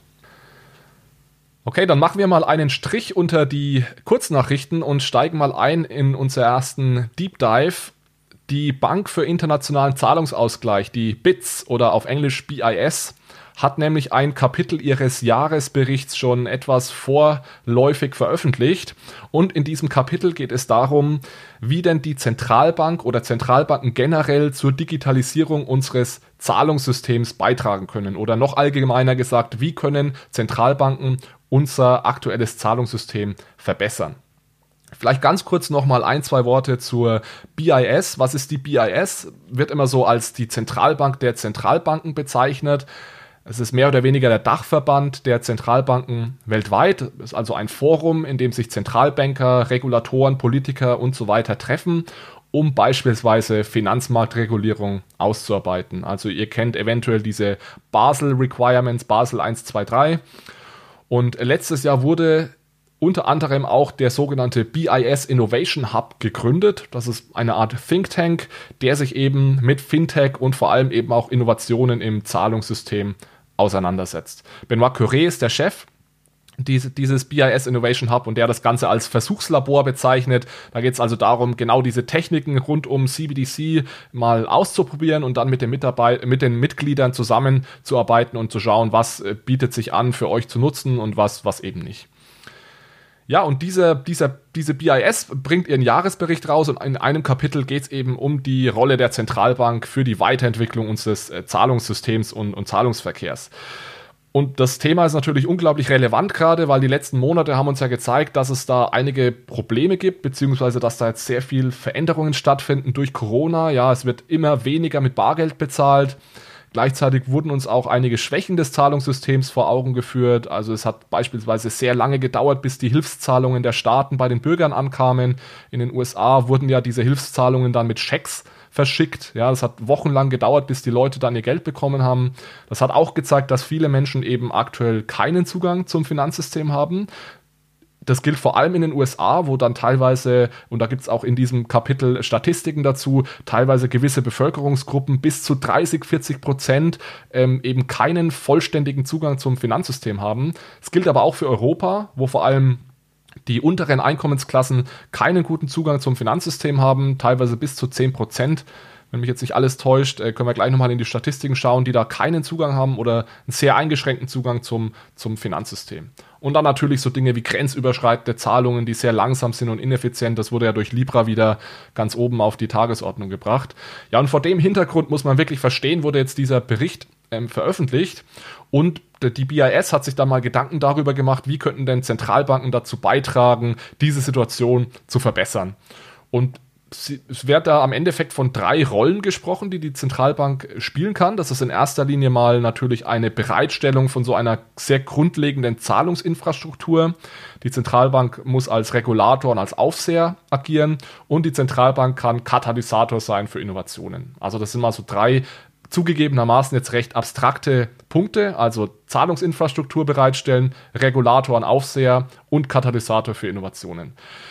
Okay, dann machen wir mal einen Strich unter die Kurznachrichten und steigen mal ein in unseren ersten Deep Dive. Die Bank für internationalen Zahlungsausgleich, die B I T S oder auf Englisch B I S, hat nämlich ein Kapitel ihres Jahresberichts schon etwas vorläufig veröffentlicht. Und in diesem Kapitel geht es darum, wie denn die Zentralbank oder Zentralbanken generell zur Digitalisierung unseres Zahlungssystems beitragen können. Oder noch allgemeiner gesagt, wie können Zentralbanken unser aktuelles Zahlungssystem verbessern. Vielleicht ganz kurz nochmal ein, zwei Worte zur B I S. Was ist die B I S? Wird immer so als die Zentralbank der Zentralbanken bezeichnet. Es ist mehr oder weniger der Dachverband der Zentralbanken weltweit. Es ist also ein Forum, in dem sich Zentralbanker, Regulatoren, Politiker und so weiter treffen, um beispielsweise Finanzmarktregulierung auszuarbeiten. Also ihr kennt eventuell diese Basel Requirements, Basel eins, zwei, drei. Und letztes Jahr wurde unter anderem auch der sogenannte B I S Innovation Hub gegründet. Das ist eine Art Think Tank, der sich eben mit Fintech und vor allem eben auch Innovationen im Zahlungssystem auseinandersetzt. Benoit Cœuré ist der Chef Diese, dieses B I S Innovation Hub und der das Ganze als Versuchslabor bezeichnet. Da geht es also darum, genau diese Techniken rund um C B D C mal auszuprobieren und dann mit den, Mitarbeit- mit den Mitgliedern zusammenzuarbeiten und zu schauen, was äh, bietet sich an für euch zu nutzen und was, was eben nicht. Ja, und diese, dieser, diese B I S bringt ihren Jahresbericht raus und in einem Kapitel geht es eben um die Rolle der Zentralbank für die Weiterentwicklung unseres äh, Zahlungssystems und, und Zahlungsverkehrs. Und das Thema ist natürlich unglaublich relevant gerade, weil die letzten Monate haben uns ja gezeigt, dass es da einige Probleme gibt, beziehungsweise dass da jetzt sehr viel Veränderungen stattfinden durch Corona. Ja, es wird immer weniger mit Bargeld bezahlt. Gleichzeitig wurden uns auch einige Schwächen des Zahlungssystems vor Augen geführt. Also es hat beispielsweise sehr lange gedauert, bis die Hilfszahlungen der Staaten bei den Bürgern ankamen. In den U S A wurden ja diese Hilfszahlungen dann mit Schecks verschickt. Ja, das hat wochenlang gedauert, bis die Leute dann ihr Geld bekommen haben. Das hat auch gezeigt, dass viele Menschen eben aktuell keinen Zugang zum Finanzsystem haben. Das gilt vor allem in den U S A, wo dann teilweise, und da gibt es auch in diesem Kapitel Statistiken dazu, teilweise gewisse Bevölkerungsgruppen bis zu dreißig, vierzig Prozent ähm, eben keinen vollständigen Zugang zum Finanzsystem haben. Es gilt aber auch für Europa, wo vor allem die unteren Einkommensklassen keinen guten Zugang zum Finanzsystem haben, teilweise bis zu zehn Prozent. Wenn mich jetzt nicht alles täuscht, können wir gleich nochmal in die Statistiken schauen, die da keinen Zugang haben oder einen sehr eingeschränkten Zugang zum, zum Finanzsystem. Und dann natürlich so Dinge wie grenzüberschreitende Zahlungen, die sehr langsam sind und ineffizient. Das wurde ja durch Libra wieder ganz oben auf die Tagesordnung gebracht. Ja, und vor dem Hintergrund muss man wirklich verstehen, wurde jetzt dieser Bericht ähm, veröffentlicht. Und die B I S hat sich dann mal Gedanken darüber gemacht, wie könnten denn Zentralbanken dazu beitragen, diese Situation zu verbessern. Und es wird da am Endeffekt von drei Rollen gesprochen, die die Zentralbank spielen kann. Das ist in erster Linie mal natürlich eine Bereitstellung von so einer sehr grundlegenden Zahlungsinfrastruktur. Die Zentralbank muss als Regulator und als Aufseher agieren und die Zentralbank kann Katalysator sein für Innovationen. Also das sind mal so drei zugegebenermaßen jetzt recht abstrakte Punkte, also Zahlungsinfrastruktur bereitstellen, Regulator und Aufseher und Katalysator für Innovationen.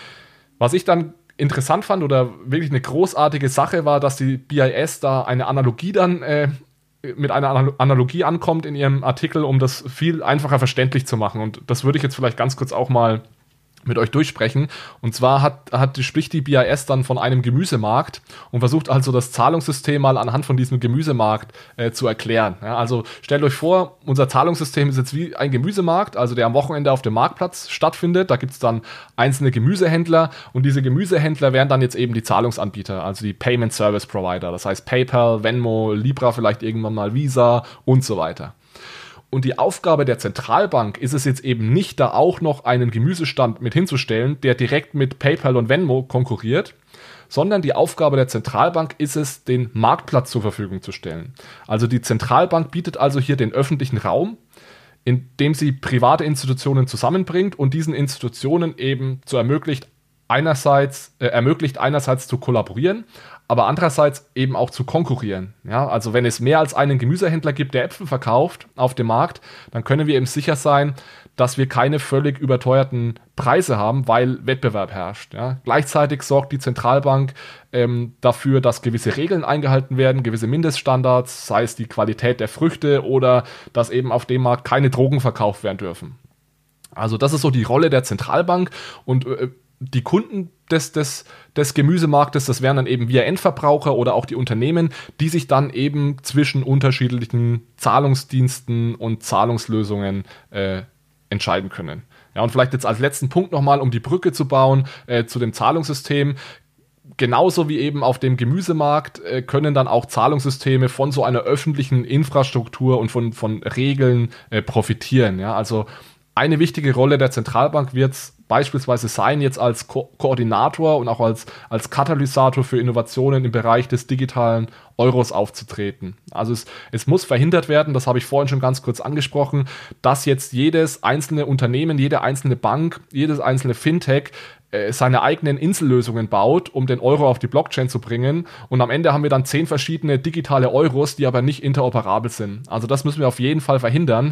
Was ich dann interessant fand oder wirklich eine großartige Sache war, dass die B I S da eine Analogie dann äh, mit einer Analogie ankommt in ihrem Artikel, um das viel einfacher verständlich zu machen. Und das würde ich jetzt vielleicht ganz kurz auch mal mit euch durchsprechen. Und zwar hat, hat, spricht die B I S dann von einem Gemüsemarkt und versucht also das Zahlungssystem mal anhand von diesem Gemüsemarkt äh, zu erklären. Ja, also stellt euch vor, unser Zahlungssystem ist jetzt wie ein Gemüsemarkt, also der am Wochenende auf dem Marktplatz stattfindet. Da gibt es dann einzelne Gemüsehändler und diese Gemüsehändler wären dann jetzt eben die Zahlungsanbieter, also die Payment Service Provider. Das heißt PayPal, Venmo, Libra, vielleicht irgendwann mal Visa und so weiter. Und die Aufgabe der Zentralbank ist es jetzt eben nicht, da auch noch einen Gemüsestand mit hinzustellen, der direkt mit PayPal und Venmo konkurriert, sondern die Aufgabe der Zentralbank ist es, den Marktplatz zur Verfügung zu stellen. Also die Zentralbank bietet also hier den öffentlichen Raum, in dem sie private Institutionen zusammenbringt und diesen Institutionen eben zu ermöglicht, einerseits, äh, ermöglicht einerseits zu kollaborieren, aber andererseits eben auch zu konkurrieren. Ja, also wenn es mehr als einen Gemüsehändler gibt, der Äpfel verkauft auf dem Markt, dann können wir eben sicher sein, dass wir keine völlig überteuerten Preise haben, weil Wettbewerb herrscht. Ja. Gleichzeitig sorgt die Zentralbank ähm, dafür, dass gewisse Regeln eingehalten werden, gewisse Mindeststandards, sei es die Qualität der Früchte oder dass eben auf dem Markt keine Drogen verkauft werden dürfen. Also das ist so die Rolle der Zentralbank und äh, die Kunden des, des, des Gemüsemarktes, das wären dann eben wir Endverbraucher oder auch die Unternehmen, die sich dann eben zwischen unterschiedlichen Zahlungsdiensten und Zahlungslösungen äh, entscheiden können. Ja, und vielleicht jetzt als letzten Punkt nochmal, um die Brücke zu bauen äh, zu dem Zahlungssystem. Genauso wie eben auf dem Gemüsemarkt äh, können dann auch Zahlungssysteme von so einer öffentlichen Infrastruktur und von, von Regeln äh, profitieren. Ja, also eine wichtige Rolle der Zentralbank wird es beispielsweise sein, jetzt als Ko- Koordinator und auch als, als Katalysator für Innovationen im Bereich des digitalen Euros aufzutreten. Also es, es muss verhindert werden, das habe ich vorhin schon ganz kurz angesprochen, dass jetzt jedes einzelne Unternehmen, jede einzelne Bank, jedes einzelne Fintech äh, seine eigenen Insellösungen baut, um den Euro auf die Blockchain zu bringen. Und am Ende haben wir dann zehn verschiedene digitale Euros, die aber nicht interoperabel sind. Also das müssen wir auf jeden Fall verhindern.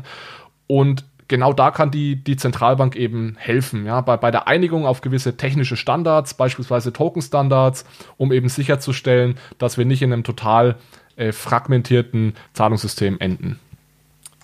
Und genau da kann die, die Zentralbank eben helfen, ja, bei, bei der Einigung auf gewisse technische Standards, beispielsweise Token-Standards, um eben sicherzustellen, dass wir nicht in einem total äh, fragmentierten Zahlungssystem enden.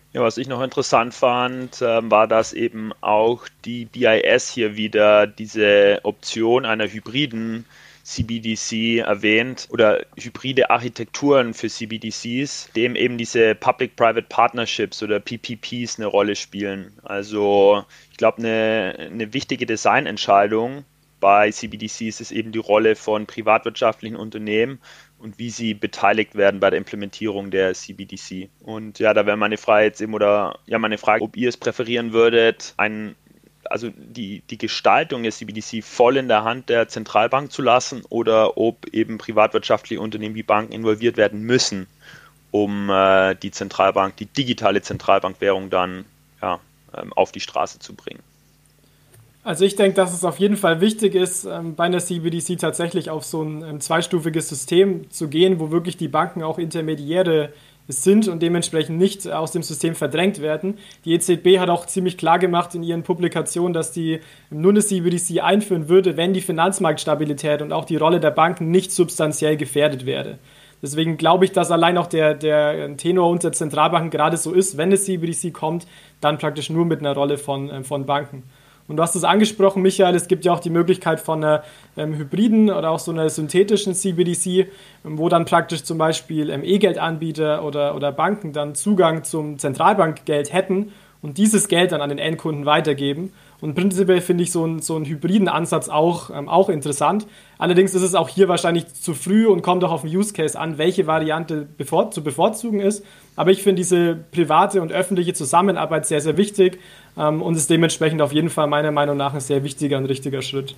Ja, was ich noch interessant fand, äh, war, dass eben auch die B I S hier wieder diese Option einer hybriden C B D C erwähnt oder hybride Architekturen für C B D Cs, dem eben diese Public-Private Partnerships oder P P Ps eine Rolle spielen. Also ich glaube, eine, eine wichtige Designentscheidung bei C B D Cs ist eben die Rolle von privatwirtschaftlichen Unternehmen und wie sie beteiligt werden bei der Implementierung der C B D C. Und ja, da wäre meine Frage jetzt eben, oder ja, meine Frage, ob ihr es präferieren würdet, ein, also die, die Gestaltung der C B D C voll in der Hand der Zentralbank zu lassen oder ob eben privatwirtschaftliche Unternehmen wie Banken involviert werden müssen, um äh, die Zentralbank, die digitale Zentralbankwährung dann ja, ähm, auf die Straße zu bringen. Also ich denke, dass es auf jeden Fall wichtig ist, ähm, bei einer C B D C tatsächlich auf so ein ähm, zweistufiges System zu gehen, wo wirklich die Banken auch Intermediäre sind und dementsprechend nicht aus dem System verdrängt werden. Die E Z B hat auch ziemlich klar gemacht in ihren Publikationen, dass die nur eine C B D C einführen würde, wenn die Finanzmarktstabilität und auch die Rolle der Banken nicht substanziell gefährdet wäre. Deswegen glaube ich, dass allein auch der, der Tenor unter Zentralbanken gerade so ist, wenn eine C B D C kommt, dann praktisch nur mit einer Rolle von, von Banken. Und du hast es angesprochen, Michael, es gibt ja auch die Möglichkeit von einer ähm, hybriden oder auch so einer synthetischen C B D C, ähm, wo dann praktisch zum Beispiel ähm, E-Geldanbieter oder, oder Banken dann Zugang zum Zentralbankgeld hätten und dieses Geld dann an den Endkunden weitergeben. Und prinzipiell finde ich so einen, so einen hybriden Ansatz auch, ähm, auch interessant. Allerdings ist es auch hier wahrscheinlich zu früh und kommt auch auf den Use Case an, welche Variante bevor, zu bevorzugen ist. Aber ich finde diese private und öffentliche Zusammenarbeit sehr, sehr wichtig ähm, und ist dementsprechend auf jeden Fall meiner Meinung nach ein sehr wichtiger und richtiger Schritt.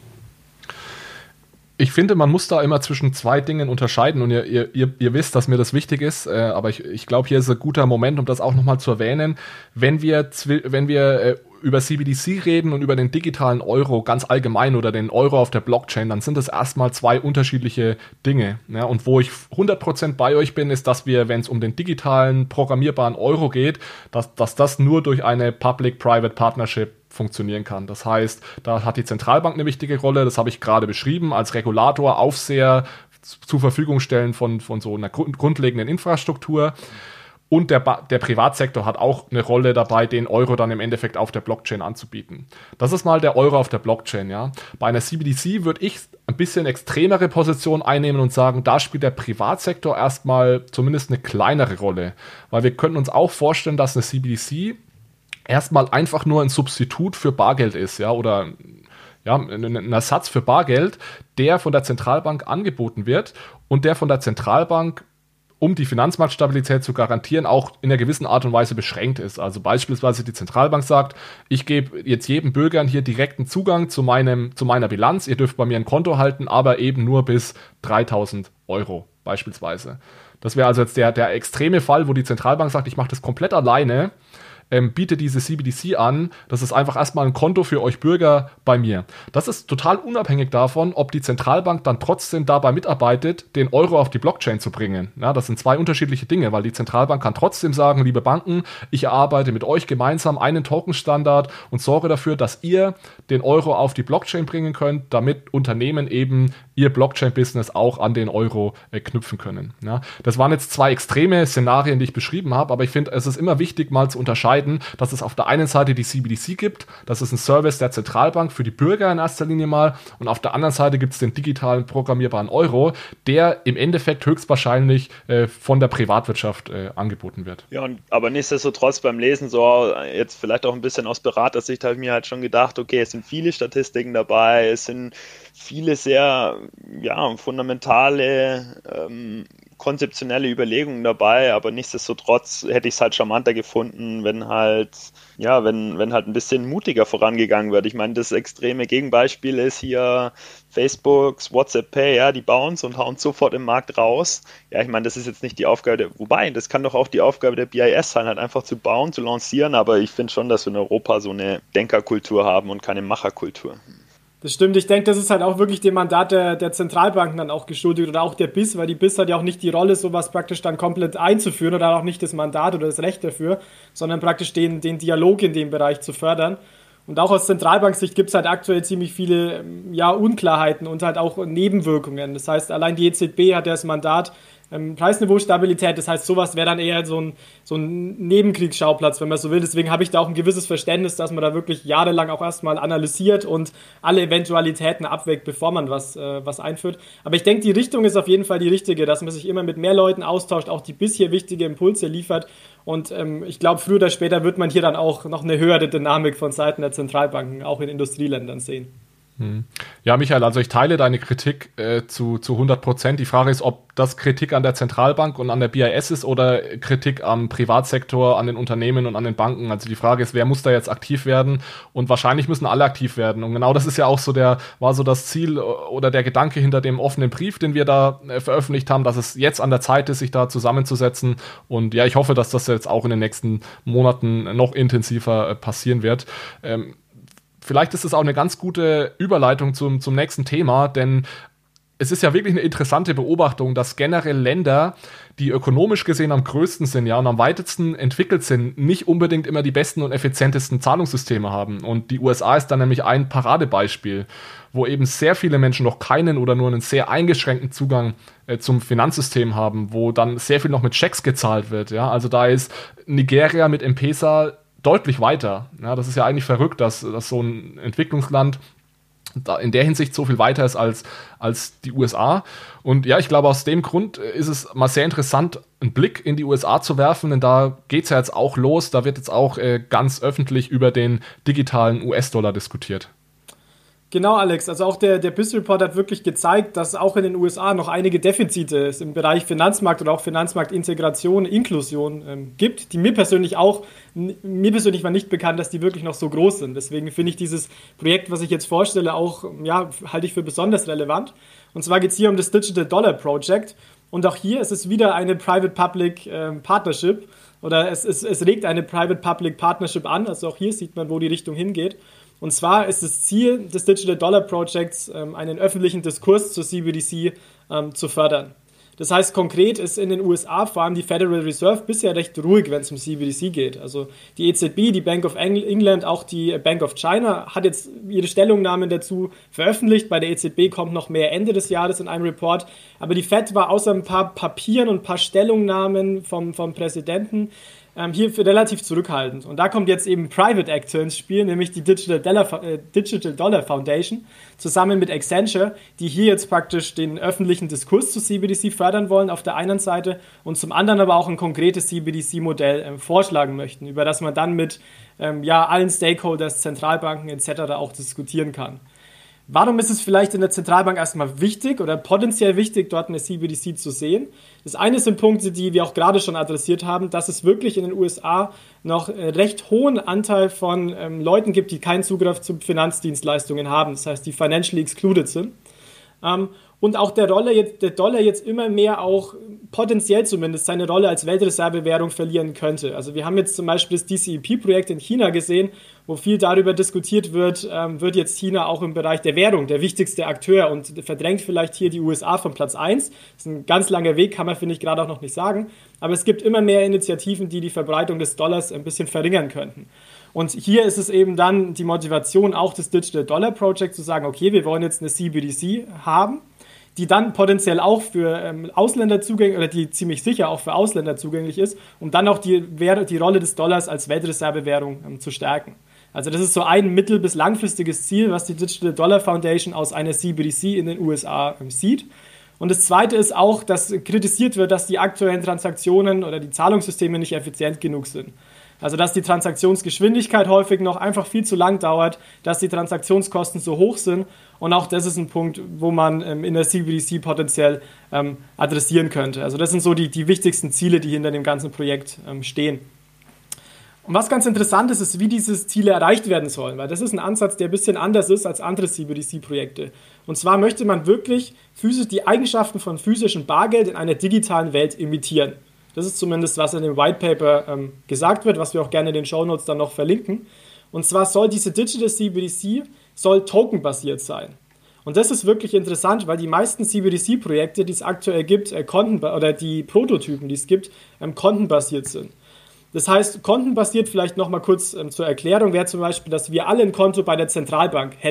Ich finde, man muss da immer zwischen zwei Dingen unterscheiden und ihr, ihr, ihr, ihr wisst, dass mir das wichtig ist, äh, aber ich, ich glaube, hier ist ein guter Moment, um das auch nochmal zu erwähnen. Wenn wir, wenn wir äh, über C B D C reden und über den digitalen Euro ganz allgemein oder den Euro auf der Blockchain, dann sind das erstmal zwei unterschiedliche Dinge. Ja, und wo ich hundert Prozent bei euch bin, ist, dass wir, wenn es um den digitalen, programmierbaren Euro geht, dass, dass das nur durch eine Public-Private Partnership funktionieren kann. Das heißt, da hat die Zentralbank eine wichtige Rolle, das habe ich gerade beschrieben, als Regulator, Aufseher zur Verfügung stellen von, von so einer grundlegenden Infrastruktur. Und der, ba- der Privatsektor hat auch eine Rolle dabei, den Euro dann im Endeffekt auf der Blockchain anzubieten. Das ist mal der Euro auf der Blockchain, ja. Bei einer C B D C würde ich ein bisschen extremere Position einnehmen und sagen, da spielt der Privatsektor erstmal zumindest eine kleinere Rolle. Weil wir könnten uns auch vorstellen, dass eine C B D C erstmal einfach nur ein Substitut für Bargeld ist, ja, oder ja, ein Ersatz für Bargeld, der von der Zentralbank angeboten wird und der von der Zentralbank, um die Finanzmarktstabilität zu garantieren, auch in einer gewissen Art und Weise beschränkt ist. Also beispielsweise die Zentralbank sagt, ich gebe jetzt jedem Bürger hier direkten Zugang zu, meinem, zu meiner Bilanz, ihr dürft bei mir ein Konto halten, aber eben nur bis dreitausend Euro beispielsweise. Das wäre also jetzt der, der extreme Fall, wo die Zentralbank sagt, ich mache das komplett alleine, Ähm, bietet diese C B D C an, das ist einfach erstmal ein Konto für euch Bürger bei mir. Das ist total unabhängig davon, ob die Zentralbank dann trotzdem dabei mitarbeitet, den Euro auf die Blockchain zu bringen. Ja, das sind zwei unterschiedliche Dinge, weil die Zentralbank kann trotzdem sagen, liebe Banken, ich erarbeite mit euch gemeinsam einen Tokenstandard und sorge dafür, dass ihr den Euro auf die Blockchain bringen könnt, damit Unternehmen eben ihr Blockchain-Business auch an den Euro äh, knüpfen können. Ja, das waren jetzt zwei extreme Szenarien, die ich beschrieben habe, aber ich finde, es ist immer wichtig, mal zu unterscheiden, dass es auf der einen Seite die C B D C gibt, das ist ein Service der Zentralbank für die Bürger in erster Linie mal, und auf der anderen Seite gibt es den digitalen programmierbaren Euro, der im Endeffekt höchstwahrscheinlich äh, von der Privatwirtschaft äh, angeboten wird. Ja, und, aber nichtsdestotrotz beim Lesen so, jetzt vielleicht auch ein bisschen aus Beratersicht, habe ich mir halt schon gedacht, okay, es sind viele Statistiken dabei, es sind viele sehr ja, fundamentale ähm, konzeptionelle Überlegungen dabei, aber nichtsdestotrotz hätte ich es halt charmanter gefunden, wenn halt, ja, wenn, wenn halt ein bisschen mutiger vorangegangen wird. Ich meine, das extreme Gegenbeispiel ist hier Facebooks WhatsApp Pay, ja, die bounce und hauen sofort im Markt raus. Ja, ich meine, das ist jetzt nicht die Aufgabe der, wobei, das kann doch auch die Aufgabe der B I S sein, halt einfach zu bauen, zu lancieren, aber ich finde schon, dass wir in Europa so eine Denkerkultur haben und keine Macherkultur. Das stimmt, ich denke, das ist halt auch wirklich dem Mandat der, der Zentralbanken dann auch geschuldet oder auch der B I S, weil die B I S hat ja auch nicht die Rolle, sowas praktisch dann komplett einzuführen oder auch nicht das Mandat oder das Recht dafür, sondern praktisch den, den Dialog in dem Bereich zu fördern. Und auch aus Zentralbanksicht gibt es halt aktuell ziemlich viele ja, Unklarheiten und halt auch Nebenwirkungen. Das heißt, allein die E Z B hat ja das Mandat, ähm, Preisniveau-Stabilität. Das heißt, sowas wäre dann eher so ein, so ein Nebenkriegsschauplatz, wenn man so will. Deswegen habe ich da auch ein gewisses Verständnis, dass man da wirklich jahrelang auch erstmal analysiert und alle Eventualitäten abwägt, bevor man was, äh, was einführt. Aber ich denke, die Richtung ist auf jeden Fall die richtige, dass man sich immer mit mehr Leuten austauscht, auch die bisher wichtige Impulse liefert. Und ähm, ich glaube, früher oder später wird man hier dann auch noch eine höhere Dynamik von Seiten der Zentralbanken, auch in Industrieländern, sehen. Ja, Michael, also ich teile deine Kritik äh, zu, zu hundert Prozent. Die Frage ist, ob das Kritik an der Zentralbank und an der B I S ist oder Kritik am Privatsektor, an den Unternehmen und an den Banken. Also die Frage ist, wer muss da jetzt aktiv werden? Und wahrscheinlich müssen alle aktiv werden. Und genau das ist ja auch so der, war so das Ziel oder der Gedanke hinter dem offenen Brief, den wir da äh, veröffentlicht haben, dass es jetzt an der Zeit ist, sich da zusammenzusetzen. Und ja, ich hoffe, dass das jetzt auch in den nächsten Monaten noch intensiver äh, passieren wird. Ähm, Vielleicht ist es auch eine ganz gute Überleitung zum, zum nächsten Thema, denn es ist ja wirklich eine interessante Beobachtung, dass generell Länder, die ökonomisch gesehen am größten sind, ja, und am weitesten entwickelt sind, nicht unbedingt immer die besten und effizientesten Zahlungssysteme haben. Und die U S A ist dann nämlich ein Paradebeispiel, wo eben sehr viele Menschen noch keinen oder nur einen sehr eingeschränkten Zugang äh, zum Finanzsystem haben, wo dann sehr viel noch mit Schecks gezahlt wird, ja. Also da ist Nigeria mit M-Pesa deutlich weiter. Ja, das ist ja eigentlich verrückt, dass, dass so ein Entwicklungsland da in der Hinsicht so viel weiter ist als, als die U S A. Und ja, ich glaube, aus dem Grund ist es mal sehr interessant, einen Blick in die U S A zu werfen, denn da geht es ja jetzt auch los. Da wird jetzt auch äh, ganz öffentlich über den digitalen U S-Dollar diskutiert. Genau, Alex. Also auch der, der B I S-Report hat wirklich gezeigt, dass es auch in den U S A noch einige Defizite im Bereich Finanzmarkt oder auch Finanzmarktintegration, Inklusion ähm, gibt, die mir persönlich auch, mir persönlich war nicht bekannt, dass die wirklich noch so groß sind. Deswegen finde ich dieses Projekt, was ich jetzt vorstelle, auch, ja, halte ich für besonders relevant. Und zwar geht es hier um das Digital Dollar Project. Und auch hier ist es wieder eine Private-Public äh, Partnership oder es, es, es regt eine Private-Public Partnership an. Also auch hier sieht man, wo die Richtung hingeht. Und zwar ist das Ziel des Digital Dollar Projects, ähm, einen öffentlichen Diskurs zur C B D C ähm, zu fördern. Das heißt, konkret ist in den U S A vor allem die Federal Reserve bisher recht ruhig, wenn es um C B D C geht. Also die E Z B, die Bank of England, auch die Bank of China hat jetzt ihre Stellungnahmen dazu veröffentlicht. Bei der E Z B kommt noch mehr Ende des Jahres in einem Report. Aber die Fed war außer ein paar Papieren und ein paar Stellungnahmen vom, vom Präsidenten ähm, hier für relativ zurückhaltend. Und da kommt jetzt eben Private Actor ins Spiel, nämlich die Digital Dollar, äh, Digital Dollar Foundation, zusammen mit Accenture, die hier jetzt praktisch den öffentlichen Diskurs zu C B D C fördern wollen auf der einen Seite und zum anderen aber auch ein konkretes C B D C-Modell ähm, vorschlagen möchten, über das man dann mit ähm, ja, allen Stakeholders, Zentralbanken et cetera auch diskutieren kann. Warum ist es vielleicht in der Zentralbank erstmal wichtig oder potenziell wichtig, dort eine C B D C zu sehen? Das eine sind Punkte, die wir auch gerade schon adressiert haben, dass es wirklich in den U S A noch einen recht hohen Anteil von ähm, Leuten gibt, die keinen Zugriff zu Finanzdienstleistungen haben, das heißt, die financially excluded sind. Ähm, und auch der, Rolle jetzt, der Dollar jetzt immer mehr auch potenziell zumindest seine Rolle als Weltreservewährung verlieren könnte. Also wir haben jetzt zum Beispiel das D C E P-Projekt in China gesehen, wo viel darüber diskutiert wird, ähm, wird jetzt China auch im Bereich der Währung der wichtigste Akteur und verdrängt vielleicht hier die U S A von Platz eins. Das ist ein ganz langer Weg, kann man, finde ich, gerade auch noch nicht sagen. Aber es gibt immer mehr Initiativen, die die Verbreitung des Dollars ein bisschen verringern könnten. Und hier ist es eben dann die Motivation auch des Digital Dollar Project zu sagen, okay, wir wollen jetzt eine C B D C haben, die dann potenziell auch für ähm, Ausländer zugänglich oder die ziemlich sicher auch für Ausländer zugänglich ist, um dann auch die, die Rolle des Dollars als Weltreservewährung ähm, zu stärken. Also das ist so ein mittel- bis langfristiges Ziel, was die Digital Dollar Foundation aus einer C B D C in den U S A ähm, sieht. Und das Zweite ist auch, dass kritisiert wird, dass die aktuellen Transaktionen oder die Zahlungssysteme nicht effizient genug sind. Also dass die Transaktionsgeschwindigkeit häufig noch einfach viel zu lang dauert, dass die Transaktionskosten so hoch sind. Und auch das ist ein Punkt, wo man ähm, in der C B D C potenziell ähm, adressieren könnte. Also das sind so die, die wichtigsten Ziele, die hinter dem ganzen Projekt ähm, stehen. Und was ganz interessant ist, ist, wie diese Ziele erreicht werden sollen, weil das ist ein Ansatz, der ein bisschen anders ist als andere C B D C-Projekte. Und zwar möchte man wirklich physisch die Eigenschaften von physischem Bargeld in einer digitalen Welt imitieren. Das ist zumindest, was in dem White Paper ähm, gesagt wird, was wir auch gerne in den Shownotes dann noch verlinken. Und zwar soll diese Digital C B D C soll tokenbasiert sein. Und das ist wirklich interessant, weil die meisten C B D C-Projekte, die es aktuell gibt, äh, Konten, oder die Prototypen, die es gibt, ähm, kontenbasiert sind. Das heißt, kontenbasiert, vielleicht nochmal kurz ähm, zur Erklärung, wäre zum Beispiel, dass wir alle ein Konto bei der Zentralbank hätten.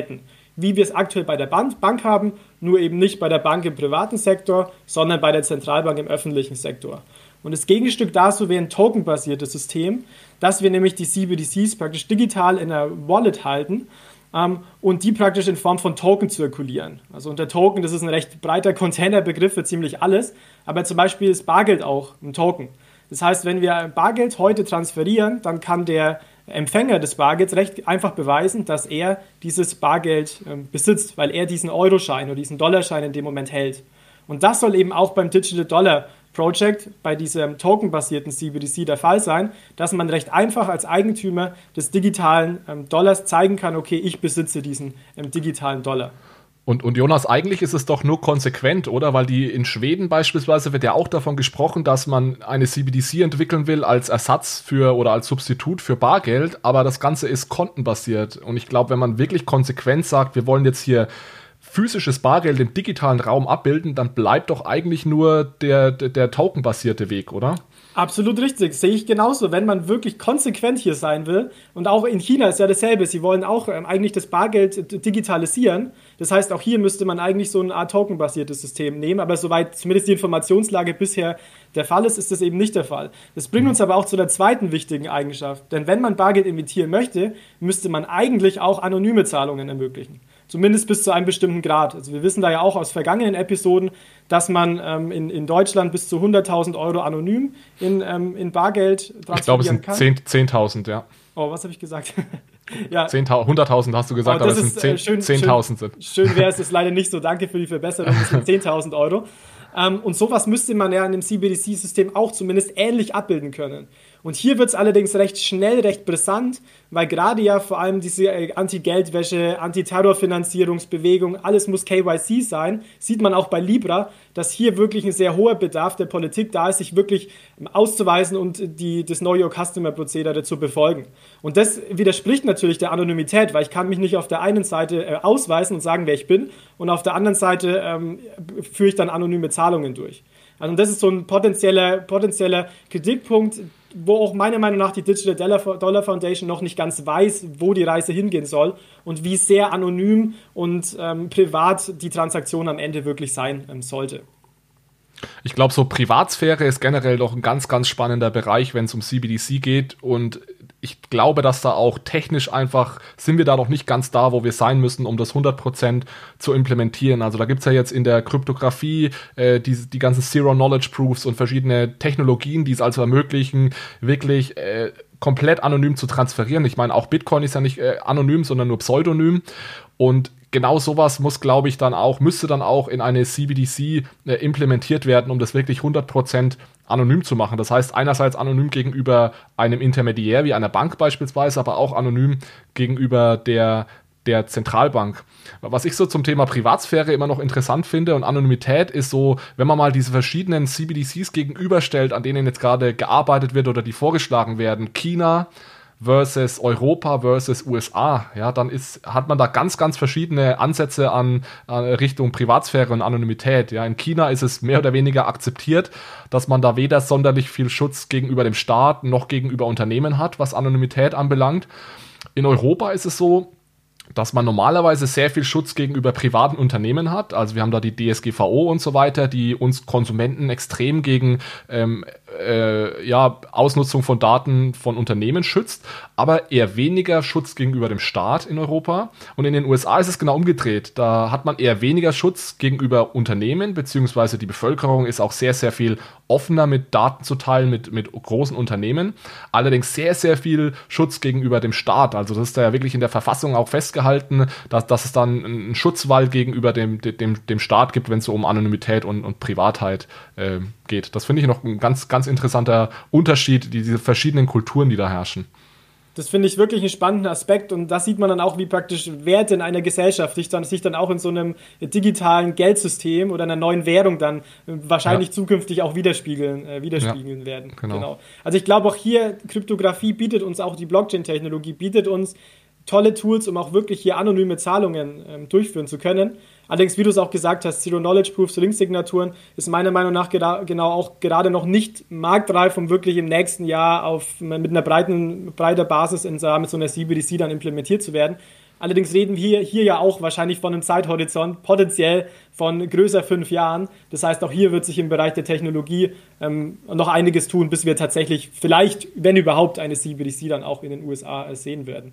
wie wir es aktuell bei der Bank haben, nur eben nicht bei der Bank im privaten Sektor, sondern bei der Zentralbank im öffentlichen Sektor. Und das Gegenstück dazu wäre ein tokenbasiertes System, dass wir nämlich die C B D Cs praktisch digital in einer Wallet halten ähm, und die praktisch in Form von Token zirkulieren. Also unter Token, das ist ein recht breiter Containerbegriff für ziemlich alles, aber zum Beispiel ist Bargeld auch ein Token. Das heißt, wenn wir Bargeld heute transferieren, dann kann der Empfänger des Bargelds recht einfach beweisen, dass er dieses Bargeld äh, besitzt, weil er diesen Euroschein oder diesen Dollarschein in dem Moment hält. Und das soll eben auch beim Digital Dollar Project, bei diesem tokenbasierten C B D C der Fall sein, dass man recht einfach als Eigentümer des digitalen ähm, Dollars zeigen kann, okay, ich besitze diesen ähm, digitalen Dollar. Und, und Jonas, eigentlich ist es doch nur konsequent, oder? Weil die in Schweden beispielsweise wird ja auch davon gesprochen, dass man eine C B D C entwickeln will als Ersatz für oder als Substitut für Bargeld, aber das Ganze ist kontenbasiert. Und ich glaube, wenn man wirklich konsequent sagt, wir wollen jetzt hier physisches Bargeld im digitalen Raum abbilden, dann bleibt doch eigentlich nur der, der, der tokenbasierte Weg, oder? Absolut richtig, sehe ich genauso. Wenn man wirklich konsequent hier sein will, und auch in China ist ja dasselbe, sie wollen auch ähm, eigentlich das Bargeld digitalisieren. Das heißt, auch hier müsste man eigentlich so eine Art tokenbasiertes System nehmen, aber soweit zumindest die Informationslage bisher der Fall ist, ist das eben nicht der Fall. Das bringt uns aber auch zu der zweiten wichtigen Eigenschaft, denn wenn man Bargeld emittieren möchte, müsste man eigentlich auch anonyme Zahlungen ermöglichen. Zumindest bis zu einem bestimmten Grad. Also wir wissen da ja auch aus vergangenen Episoden, dass man ähm, in, in Deutschland bis zu hunderttausend Euro anonym in, ähm, in Bargeld transferieren kann. Ich glaube, es sind zehntausend, ja. Oh, was habe ich gesagt? ja. hunderttausend hast du gesagt, oh, aber es sind äh, schön, zehntausend. Schön, schön wäre es, ist leider nicht so. Danke für die Verbesserung, es sind zehntausend Euro. Ähm, und sowas müsste man ja in dem C B D C-System auch zumindest ähnlich abbilden können. Und hier wird es allerdings recht schnell, recht brisant, weil gerade ja vor allem diese äh, Anti-Geldwäsche, Anti-Terrorfinanzierungsbewegung, alles muss K Y C sein, sieht man auch bei Libra, dass hier wirklich ein sehr hoher Bedarf der Politik da ist, sich wirklich auszuweisen und die, das Know-Your-Customer-Prozedere zu befolgen. Und das widerspricht natürlich der Anonymität, weil ich kann mich nicht auf der einen Seite äh, ausweisen und sagen, wer ich bin, und auf der anderen Seite ähm, führe ich dann anonyme Zahlungen durch. Also das ist so ein potenzieller, potenzieller Kritikpunkt, wo auch meiner Meinung nach die Digital Dollar Foundation noch nicht ganz weiß, wo die Reise hingehen soll und wie sehr anonym und ähm, privat die Transaktion am Ende wirklich sein ähm, sollte. Ich glaube, so Privatsphäre ist generell doch ein ganz, ganz spannender Bereich, wenn es um C B D C geht, und ich glaube, dass da auch technisch einfach, sind wir da noch nicht ganz da, wo wir sein müssen, um das hundert Prozent zu implementieren. Also da gibt es ja jetzt in der Kryptographie äh, die, die ganzen Zero-Knowledge-Proofs und verschiedene Technologien, die es also ermöglichen, wirklich äh, komplett anonym zu transferieren. Ich meine, auch Bitcoin ist ja nicht äh, anonym, sondern nur pseudonym, und genau sowas muss, glaube ich, dann auch, müsste dann auch in eine C B D C äh, implementiert werden, um das wirklich hundert Prozent anonym zu machen. Das heißt, einerseits anonym gegenüber einem Intermediär, wie einer Bank beispielsweise, aber auch anonym gegenüber der, der Zentralbank. Was ich so zum Thema Privatsphäre immer noch interessant finde und Anonymität ist so, wenn man mal diese verschiedenen C B D Cs gegenüberstellt, an denen jetzt gerade gearbeitet wird oder die vorgeschlagen werden, China versus Europa versus U S A, ja, dann ist, hat man da ganz, ganz verschiedene Ansätze an, an Richtung Privatsphäre und Anonymität. Ja, in China ist es mehr oder weniger akzeptiert, dass man da weder sonderlich viel Schutz gegenüber dem Staat noch gegenüber Unternehmen hat, was Anonymität anbelangt. In Europa ist es so, dass man normalerweise sehr viel Schutz gegenüber privaten Unternehmen hat. Also wir haben da die D S G V O und so weiter, die uns Konsumenten extrem gegen ähm, äh, ja, Ausnutzung von Daten von Unternehmen schützt, aber eher weniger Schutz gegenüber dem Staat in Europa. Und in den U S A ist es genau umgedreht. Da hat man eher weniger Schutz gegenüber Unternehmen, beziehungsweise die Bevölkerung ist auch sehr, sehr viel offener mit Daten zu teilen, mit, mit großen Unternehmen. Allerdings sehr, sehr viel Schutz gegenüber dem Staat. Also das ist da ja wirklich in der Verfassung auch festgehalten, dass, dass es dann einen Schutzwall gegenüber dem, dem, dem Staat gibt, wenn es so um Anonymität und, und Privatheit äh, geht. Das finde ich noch ein ganz, ganz interessanter Unterschied, diese verschiedenen Kulturen, die da herrschen. Das finde ich wirklich einen spannenden Aspekt, und da sieht man dann auch, wie praktisch Werte in einer Gesellschaft sich dann, sich dann auch in so einem digitalen Geldsystem oder einer neuen Währung dann wahrscheinlich ja. zukünftig auch widerspiegeln, äh, widerspiegeln ja, werden. Genau. Genau. Also ich glaube auch hier, Kryptographie bietet uns, auch die Blockchain-Technologie bietet uns tolle Tools, um auch wirklich hier anonyme Zahlungen ähm, durchführen zu können. Allerdings, wie du es auch gesagt hast, Zero-Knowledge-Proofs, Linksignaturen ist meiner Meinung nach gera- genau auch gerade noch nicht marktreif, um wirklich im nächsten Jahr auf, mit einer breiten, breiter Basis in, mit so einer C B D C dann implementiert zu werden. Allerdings reden wir hier ja auch wahrscheinlich von einem Zeithorizont potenziell von größer fünf Jahren. Das heißt, auch hier wird sich im Bereich der Technologie ähm, noch einiges tun, bis wir tatsächlich vielleicht, wenn überhaupt, eine C B D C dann auch in den U S A sehen werden.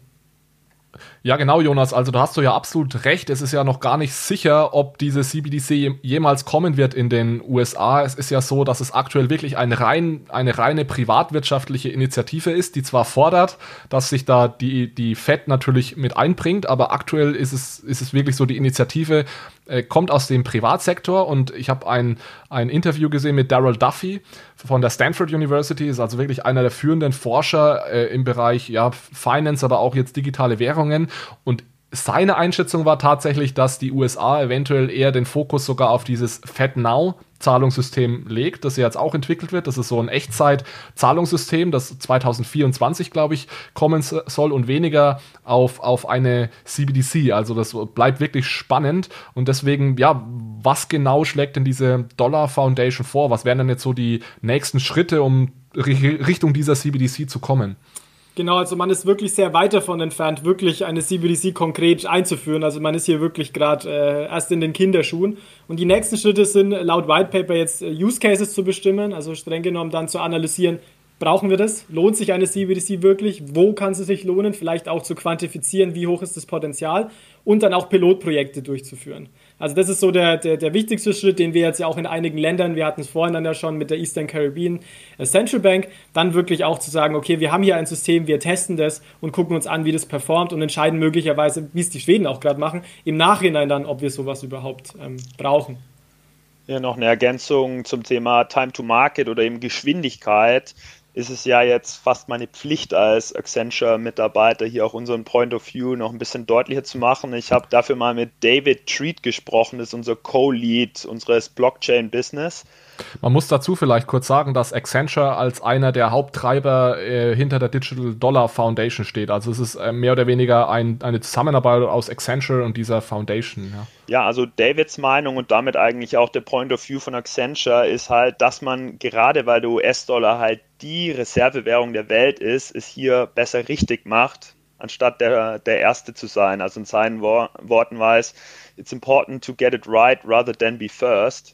Ja, genau, Jonas. Also da hast du ja absolut recht. Es ist ja noch gar nicht sicher, ob diese C B D C jemals kommen wird in den U S A. Es ist ja so, dass es aktuell wirklich ein rein, eine reine privatwirtschaftliche Initiative ist, die zwar fordert, dass sich da die, die Fed natürlich mit einbringt, aber aktuell ist es, ist es wirklich so, die Initiative äh, kommt aus dem Privatsektor, und ich habe ein, ein Interview gesehen mit Darrell Duffy von der Stanford University, ist also wirklich einer der führenden Forscher äh, im Bereich ja, Finance, aber auch jetzt digitale Währungen, und seine Einschätzung war tatsächlich, dass die U S A eventuell eher den Fokus sogar auf dieses FedNow-Zahlungssystem legt, das ja jetzt auch entwickelt wird. Das ist so ein Echtzeit-Zahlungssystem, das zwanzig vierundzwanzig, glaube ich, kommen soll, und weniger auf, auf eine C B D C. Also das bleibt wirklich spannend, und deswegen, ja, was genau schlägt denn diese Dollar Foundation vor? Was wären denn jetzt so die nächsten Schritte, um Richtung dieser C B D C zu kommen? Genau, also man ist wirklich sehr weit davon entfernt, wirklich eine C B D C konkret einzuführen. Also man ist hier wirklich gerade äh, erst in den Kinderschuhen. Und die nächsten Schritte sind laut White Paper jetzt äh, Use Cases zu bestimmen, also streng genommen dann zu analysieren, brauchen wir das? Lohnt sich eine C B D C wirklich? Wo kann sie sich lohnen? Vielleicht auch zu quantifizieren, wie hoch ist das Potenzial, und dann auch Pilotprojekte durchzuführen. Also das ist so der, der, der wichtigste Schritt, den wir jetzt ja auch in einigen Ländern, wir hatten es vorhin dann ja schon mit der Eastern Caribbean Central Bank, dann wirklich auch zu sagen, okay, wir haben hier ein System, wir testen das und gucken uns an, wie das performt, und entscheiden möglicherweise, wie es die Schweden auch gerade machen, im Nachhinein dann, ob wir sowas überhaupt ähm, brauchen. Ja, noch eine Ergänzung zum Thema Time to Market oder eben Geschwindigkeit. Ist es ja jetzt fast meine Pflicht als Accenture-Mitarbeiter, hier auch unseren Point of View noch ein bisschen deutlicher zu machen. Ich habe dafür mal mit David Treat gesprochen, das ist unser Co-Lead unseres Blockchain-Business. Man muss dazu vielleicht kurz sagen, dass Accenture als einer der Haupttreiber äh, hinter der Digital Dollar Foundation steht. Also es ist äh, mehr oder weniger ein, eine Zusammenarbeit aus Accenture und dieser Foundation. Ja. Ja, also Davids Meinung und damit eigentlich auch der Point of View von Accenture ist halt, dass man gerade, weil der U S-Dollar halt die Reservewährung der Welt ist, es hier besser richtig macht, anstatt der, der Erste zu sein. Also in seinen Wor- Worten war es, it's important to get it right rather than be first.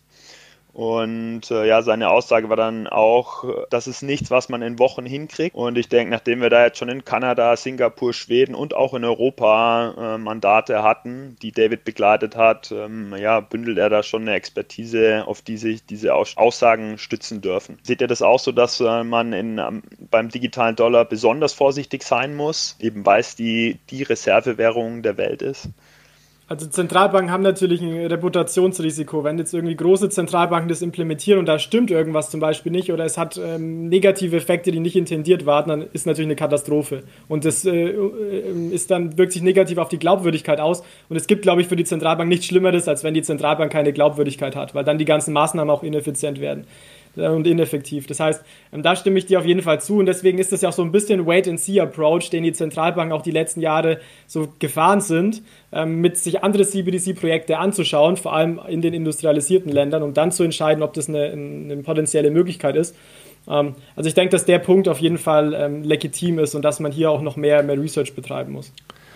Und äh, ja, seine Aussage war dann auch, das ist nichts, was man in Wochen hinkriegt. Und ich denke, nachdem wir da jetzt schon in Kanada, Singapur, Schweden und auch in Europa äh, Mandate hatten, die David begleitet hat, ähm, ja, bündelt er da schon eine Expertise, auf die sich diese Aus- Aussagen stützen dürfen. Seht ihr das auch so, dass äh, man in, ähm, beim digitalen Dollar besonders vorsichtig sein muss, eben weil es die, die Reservewährung der Welt ist? Also Zentralbanken haben natürlich ein Reputationsrisiko. Wenn jetzt irgendwie große Zentralbanken das implementieren und da stimmt irgendwas zum Beispiel nicht oder es hat ähm, negative Effekte, die nicht intendiert waren, dann ist natürlich eine Katastrophe. Und das äh, ist dann, wirkt sich negativ auf die Glaubwürdigkeit aus. Und es gibt, glaube ich, für die Zentralbank nichts Schlimmeres, als wenn die Zentralbank keine Glaubwürdigkeit hat, weil dann die ganzen Maßnahmen auch ineffizient werden und ineffektiv. Das heißt, da stimme ich dir auf jeden Fall zu, und deswegen ist das ja auch so ein bisschen Wait-and-See-Approach, den die Zentralbanken auch die letzten Jahre so gefahren sind, mit sich andere C B D C-Projekte anzuschauen, vor allem in den industrialisierten Ländern, um dann zu entscheiden, ob das eine, eine potenzielle Möglichkeit ist. Also ich denke, dass der Punkt auf jeden Fall legitim ist und dass man hier auch noch mehr, mehr Research betreiben muss.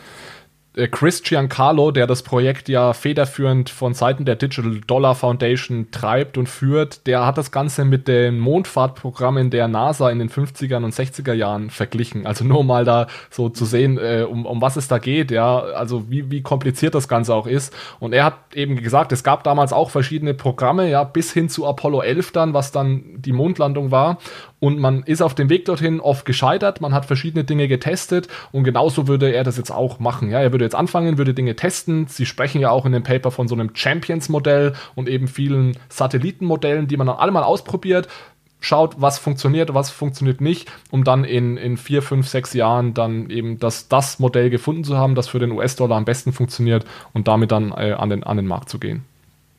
Chris Giancarlo, der das Projekt ja federführend von Seiten der Digital Dollar Foundation treibt und führt, der hat das Ganze mit den Mondfahrtprogrammen der NASA in den fünfziger und sechziger Jahren verglichen. Also nur mal da so zu sehen, äh, um, um was es da geht, ja, also wie, wie kompliziert das Ganze auch ist. Und er hat eben gesagt, es gab damals auch verschiedene Programme, ja, bis hin zu Apollo elf dann, was dann die Mondlandung war. Und man ist auf dem Weg dorthin oft gescheitert, man hat verschiedene Dinge getestet, und genauso würde er das jetzt auch machen. Ja, er würde jetzt anfangen, würde Dinge testen. Sie sprechen ja auch in dem Paper von so einem Champions-Modell und eben vielen Satellitenmodellen, die man dann alle mal ausprobiert, schaut, was funktioniert, was funktioniert nicht, um dann in, in vier, fünf, sechs Jahren dann eben das, das Modell gefunden zu haben, das für den U S-Dollar am besten funktioniert, und damit dann äh, an, den, an den Markt zu gehen.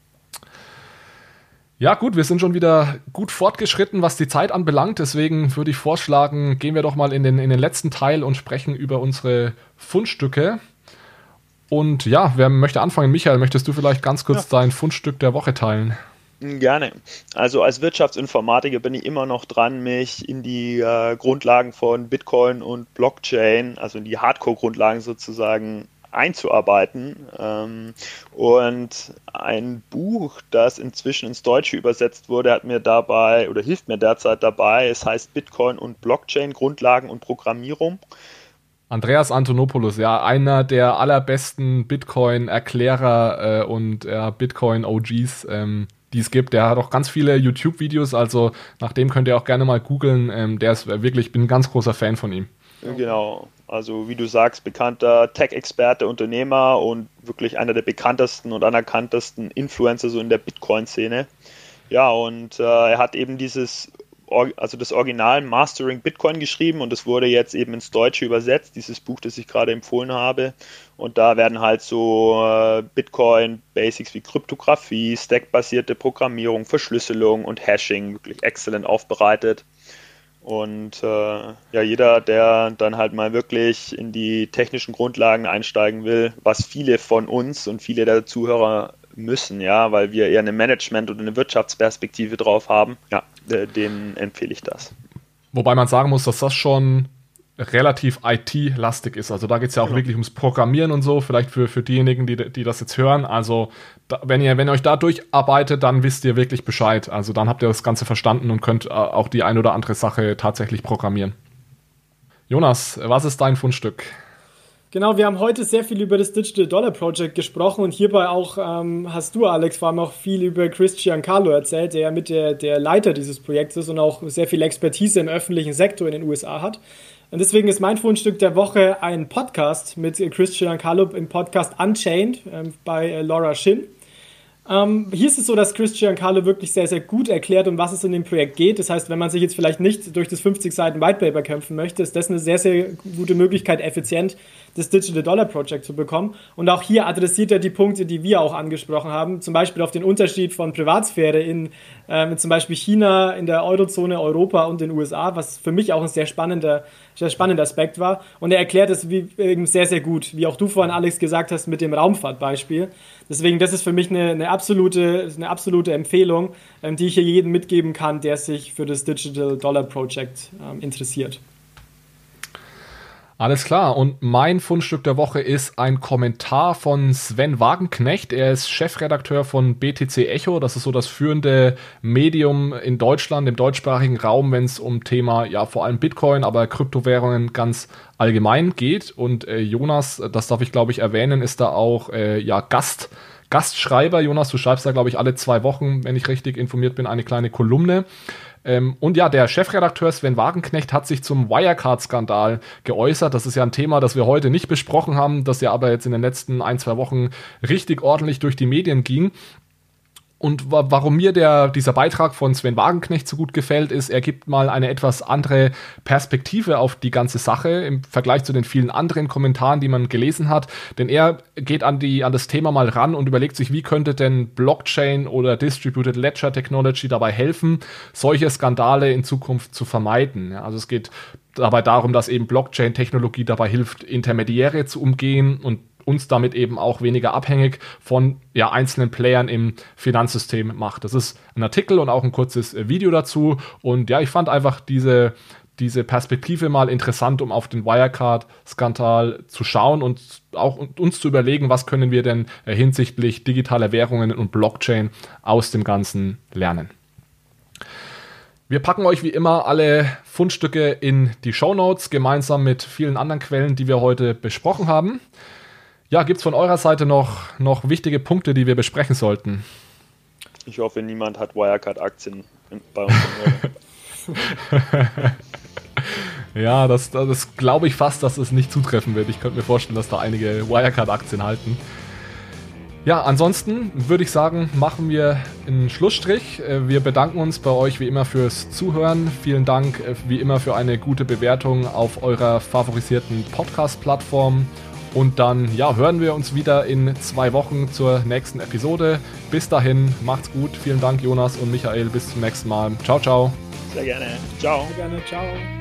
Ja gut, wir sind schon wieder gut fortgeschritten, was die Zeit anbelangt. Deswegen würde ich vorschlagen, gehen wir doch mal in den, in den letzten Teil und sprechen über unsere Fundstücke. Und ja, wer möchte anfangen? Michael, möchtest du vielleicht ganz kurz ja. dein Fundstück der Woche teilen? Gerne. Also als Wirtschaftsinformatiker bin ich immer noch dran, mich in die äh, Grundlagen von Bitcoin und Blockchain, also in die Hardcore-Grundlagen sozusagen, einzuarbeiten. Ähm, und ein Buch, das inzwischen ins Deutsche übersetzt wurde, hat mir dabei oder hilft mir derzeit dabei. Es heißt Bitcoin und Blockchain, Grundlagen und Programmierung. Andreas Antonopoulos, ja, einer der allerbesten Bitcoin-Erklärer äh, und äh, Bitcoin-O Gs, ähm, die es gibt. Der hat auch ganz viele YouTube-Videos, also nach dem könnt ihr auch gerne mal googeln. Ähm, der ist wirklich, ich bin ein ganz großer Fan von ihm. Genau, also wie du sagst, bekannter Tech-Experte, Unternehmer und wirklich einer der bekanntesten und anerkanntesten Influencer so in der Bitcoin-Szene. Ja, und äh, er hat eben dieses also das Original Mastering Bitcoin geschrieben und es wurde jetzt eben ins Deutsche übersetzt, dieses Buch, das ich gerade empfohlen habe. Und da werden halt so äh, Bitcoin-Basics wie Kryptographie, Stack-basierte Programmierung, Verschlüsselung und Hashing wirklich exzellent aufbereitet. Und äh, ja, jeder, der dann halt mal wirklich in die technischen Grundlagen einsteigen will, was viele von uns und viele der Zuhörer müssen, ja, weil wir eher eine Management- oder eine Wirtschaftsperspektive drauf haben, ja, denen empfehle ich das. Wobei man sagen muss, dass das schon relativ I T-lastig ist. Also da geht es ja auch genau. wirklich ums Programmieren und so, vielleicht für, für diejenigen, die, die das jetzt hören. Also da, wenn ihr, wenn ihr euch da durcharbeitet, dann wisst ihr wirklich Bescheid. Also dann habt ihr das Ganze verstanden und könnt auch die ein oder andere Sache tatsächlich programmieren. Jonas, was ist dein Fundstück? Genau, wir haben heute sehr viel über das Digital Dollar Project gesprochen und hierbei auch ähm, hast du, Alex, vor allem auch viel über Chris Giancarlo erzählt, der ja mit der, der Leiter dieses Projekts ist und auch sehr viel Expertise im öffentlichen Sektor in den U S A hat. Und deswegen ist mein Fundstück der Woche ein Podcast mit Chris Giancarlo im Podcast Unchained ähm, bei äh, Laura Shin. Ähm, hier ist es so, dass Chris Giancarlo wirklich sehr, sehr gut erklärt, um was es in dem Projekt geht. Das heißt, wenn man sich jetzt vielleicht nicht durch das fünfzig Seiten White Paper kämpfen möchte, ist das eine sehr, sehr gute Möglichkeit, effizient das Digital Dollar Project zu bekommen. Und auch hier adressiert er die Punkte, die wir auch angesprochen haben, zum Beispiel auf den Unterschied von Privatsphäre in äh, zum Beispiel China, in der Eurozone, Europa und den U S A, was für mich auch ein sehr spannender, sehr spannender Aspekt war. Und er erklärt es wie, eben sehr, sehr gut, wie auch du vorhin, Alex, gesagt hast, mit dem Raumfahrtbeispiel. Deswegen, das ist für mich eine, eine, absolute, eine absolute Empfehlung, ähm, die ich hier jedem mitgeben kann, der sich für das Digital Dollar Project ähm, interessiert. Alles klar, und mein Fundstück der Woche ist ein Kommentar von Sven Wagenknecht. Er ist Chefredakteur von B T C Echo. Das ist so das führende Medium in Deutschland, im deutschsprachigen Raum, wenn es um Thema, ja, vor allem Bitcoin, aber Kryptowährungen ganz allgemein geht. Und äh, Jonas, das darf ich glaube ich erwähnen, ist da auch äh, ja, Gast, Gastschreiber. Jonas, du schreibst da glaube ich alle zwei Wochen, wenn ich richtig informiert bin, eine kleine Kolumne. Ähm, und ja, der Chefredakteur Sven Wagenknecht hat sich zum Wirecard-Skandal geäußert. Das ist ja ein Thema, das wir heute nicht besprochen haben, das ja aber jetzt in den letzten ein, zwei Wochen richtig ordentlich durch die Medien ging. Und wa- warum mir der, dieser Beitrag von Sven Wagenknecht so gut gefällt, ist, er gibt mal eine etwas andere Perspektive auf die ganze Sache im Vergleich zu den vielen anderen Kommentaren, die man gelesen hat. Denn er geht an, die, an das Thema mal ran und überlegt sich, wie könnte denn Blockchain oder Distributed Ledger Technology dabei helfen, solche Skandale in Zukunft zu vermeiden. Ja, also es geht dabei darum, dass eben Blockchain-Technologie dabei hilft, Intermediäre zu umgehen und uns damit eben auch weniger abhängig von ja, einzelnen Playern im Finanzsystem macht. Das ist ein Artikel und auch ein kurzes Video dazu. Und ja, ich fand einfach diese, diese Perspektive mal interessant, um auf den Wirecard-Skandal zu schauen und auch uns zu überlegen, was können wir denn hinsichtlich digitaler Währungen und Blockchain aus dem Ganzen lernen. Wir packen euch wie immer alle Fundstücke in die Shownotes, gemeinsam mit vielen anderen Quellen, die wir heute besprochen haben. Ja, gibt es von eurer Seite noch, noch wichtige Punkte, die wir besprechen sollten? Ich hoffe, niemand hat Wirecard-Aktien bei uns. Ja, das, das glaube ich fast, dass es nicht zutreffen wird. Ich könnte mir vorstellen, dass da einige Wirecard-Aktien halten. Ja, ansonsten würde ich sagen, machen wir einen Schlussstrich. Wir bedanken uns bei euch wie immer fürs Zuhören. Vielen Dank wie immer für eine gute Bewertung auf eurer favorisierten Podcast-Plattform. Und dann ja, hören wir uns wieder in zwei Wochen zur nächsten Episode. Bis dahin, macht's gut. Vielen Dank, Jonas und Michael. Bis zum nächsten Mal. Ciao, ciao. Sehr gerne. Ciao. Sehr gerne. Ciao.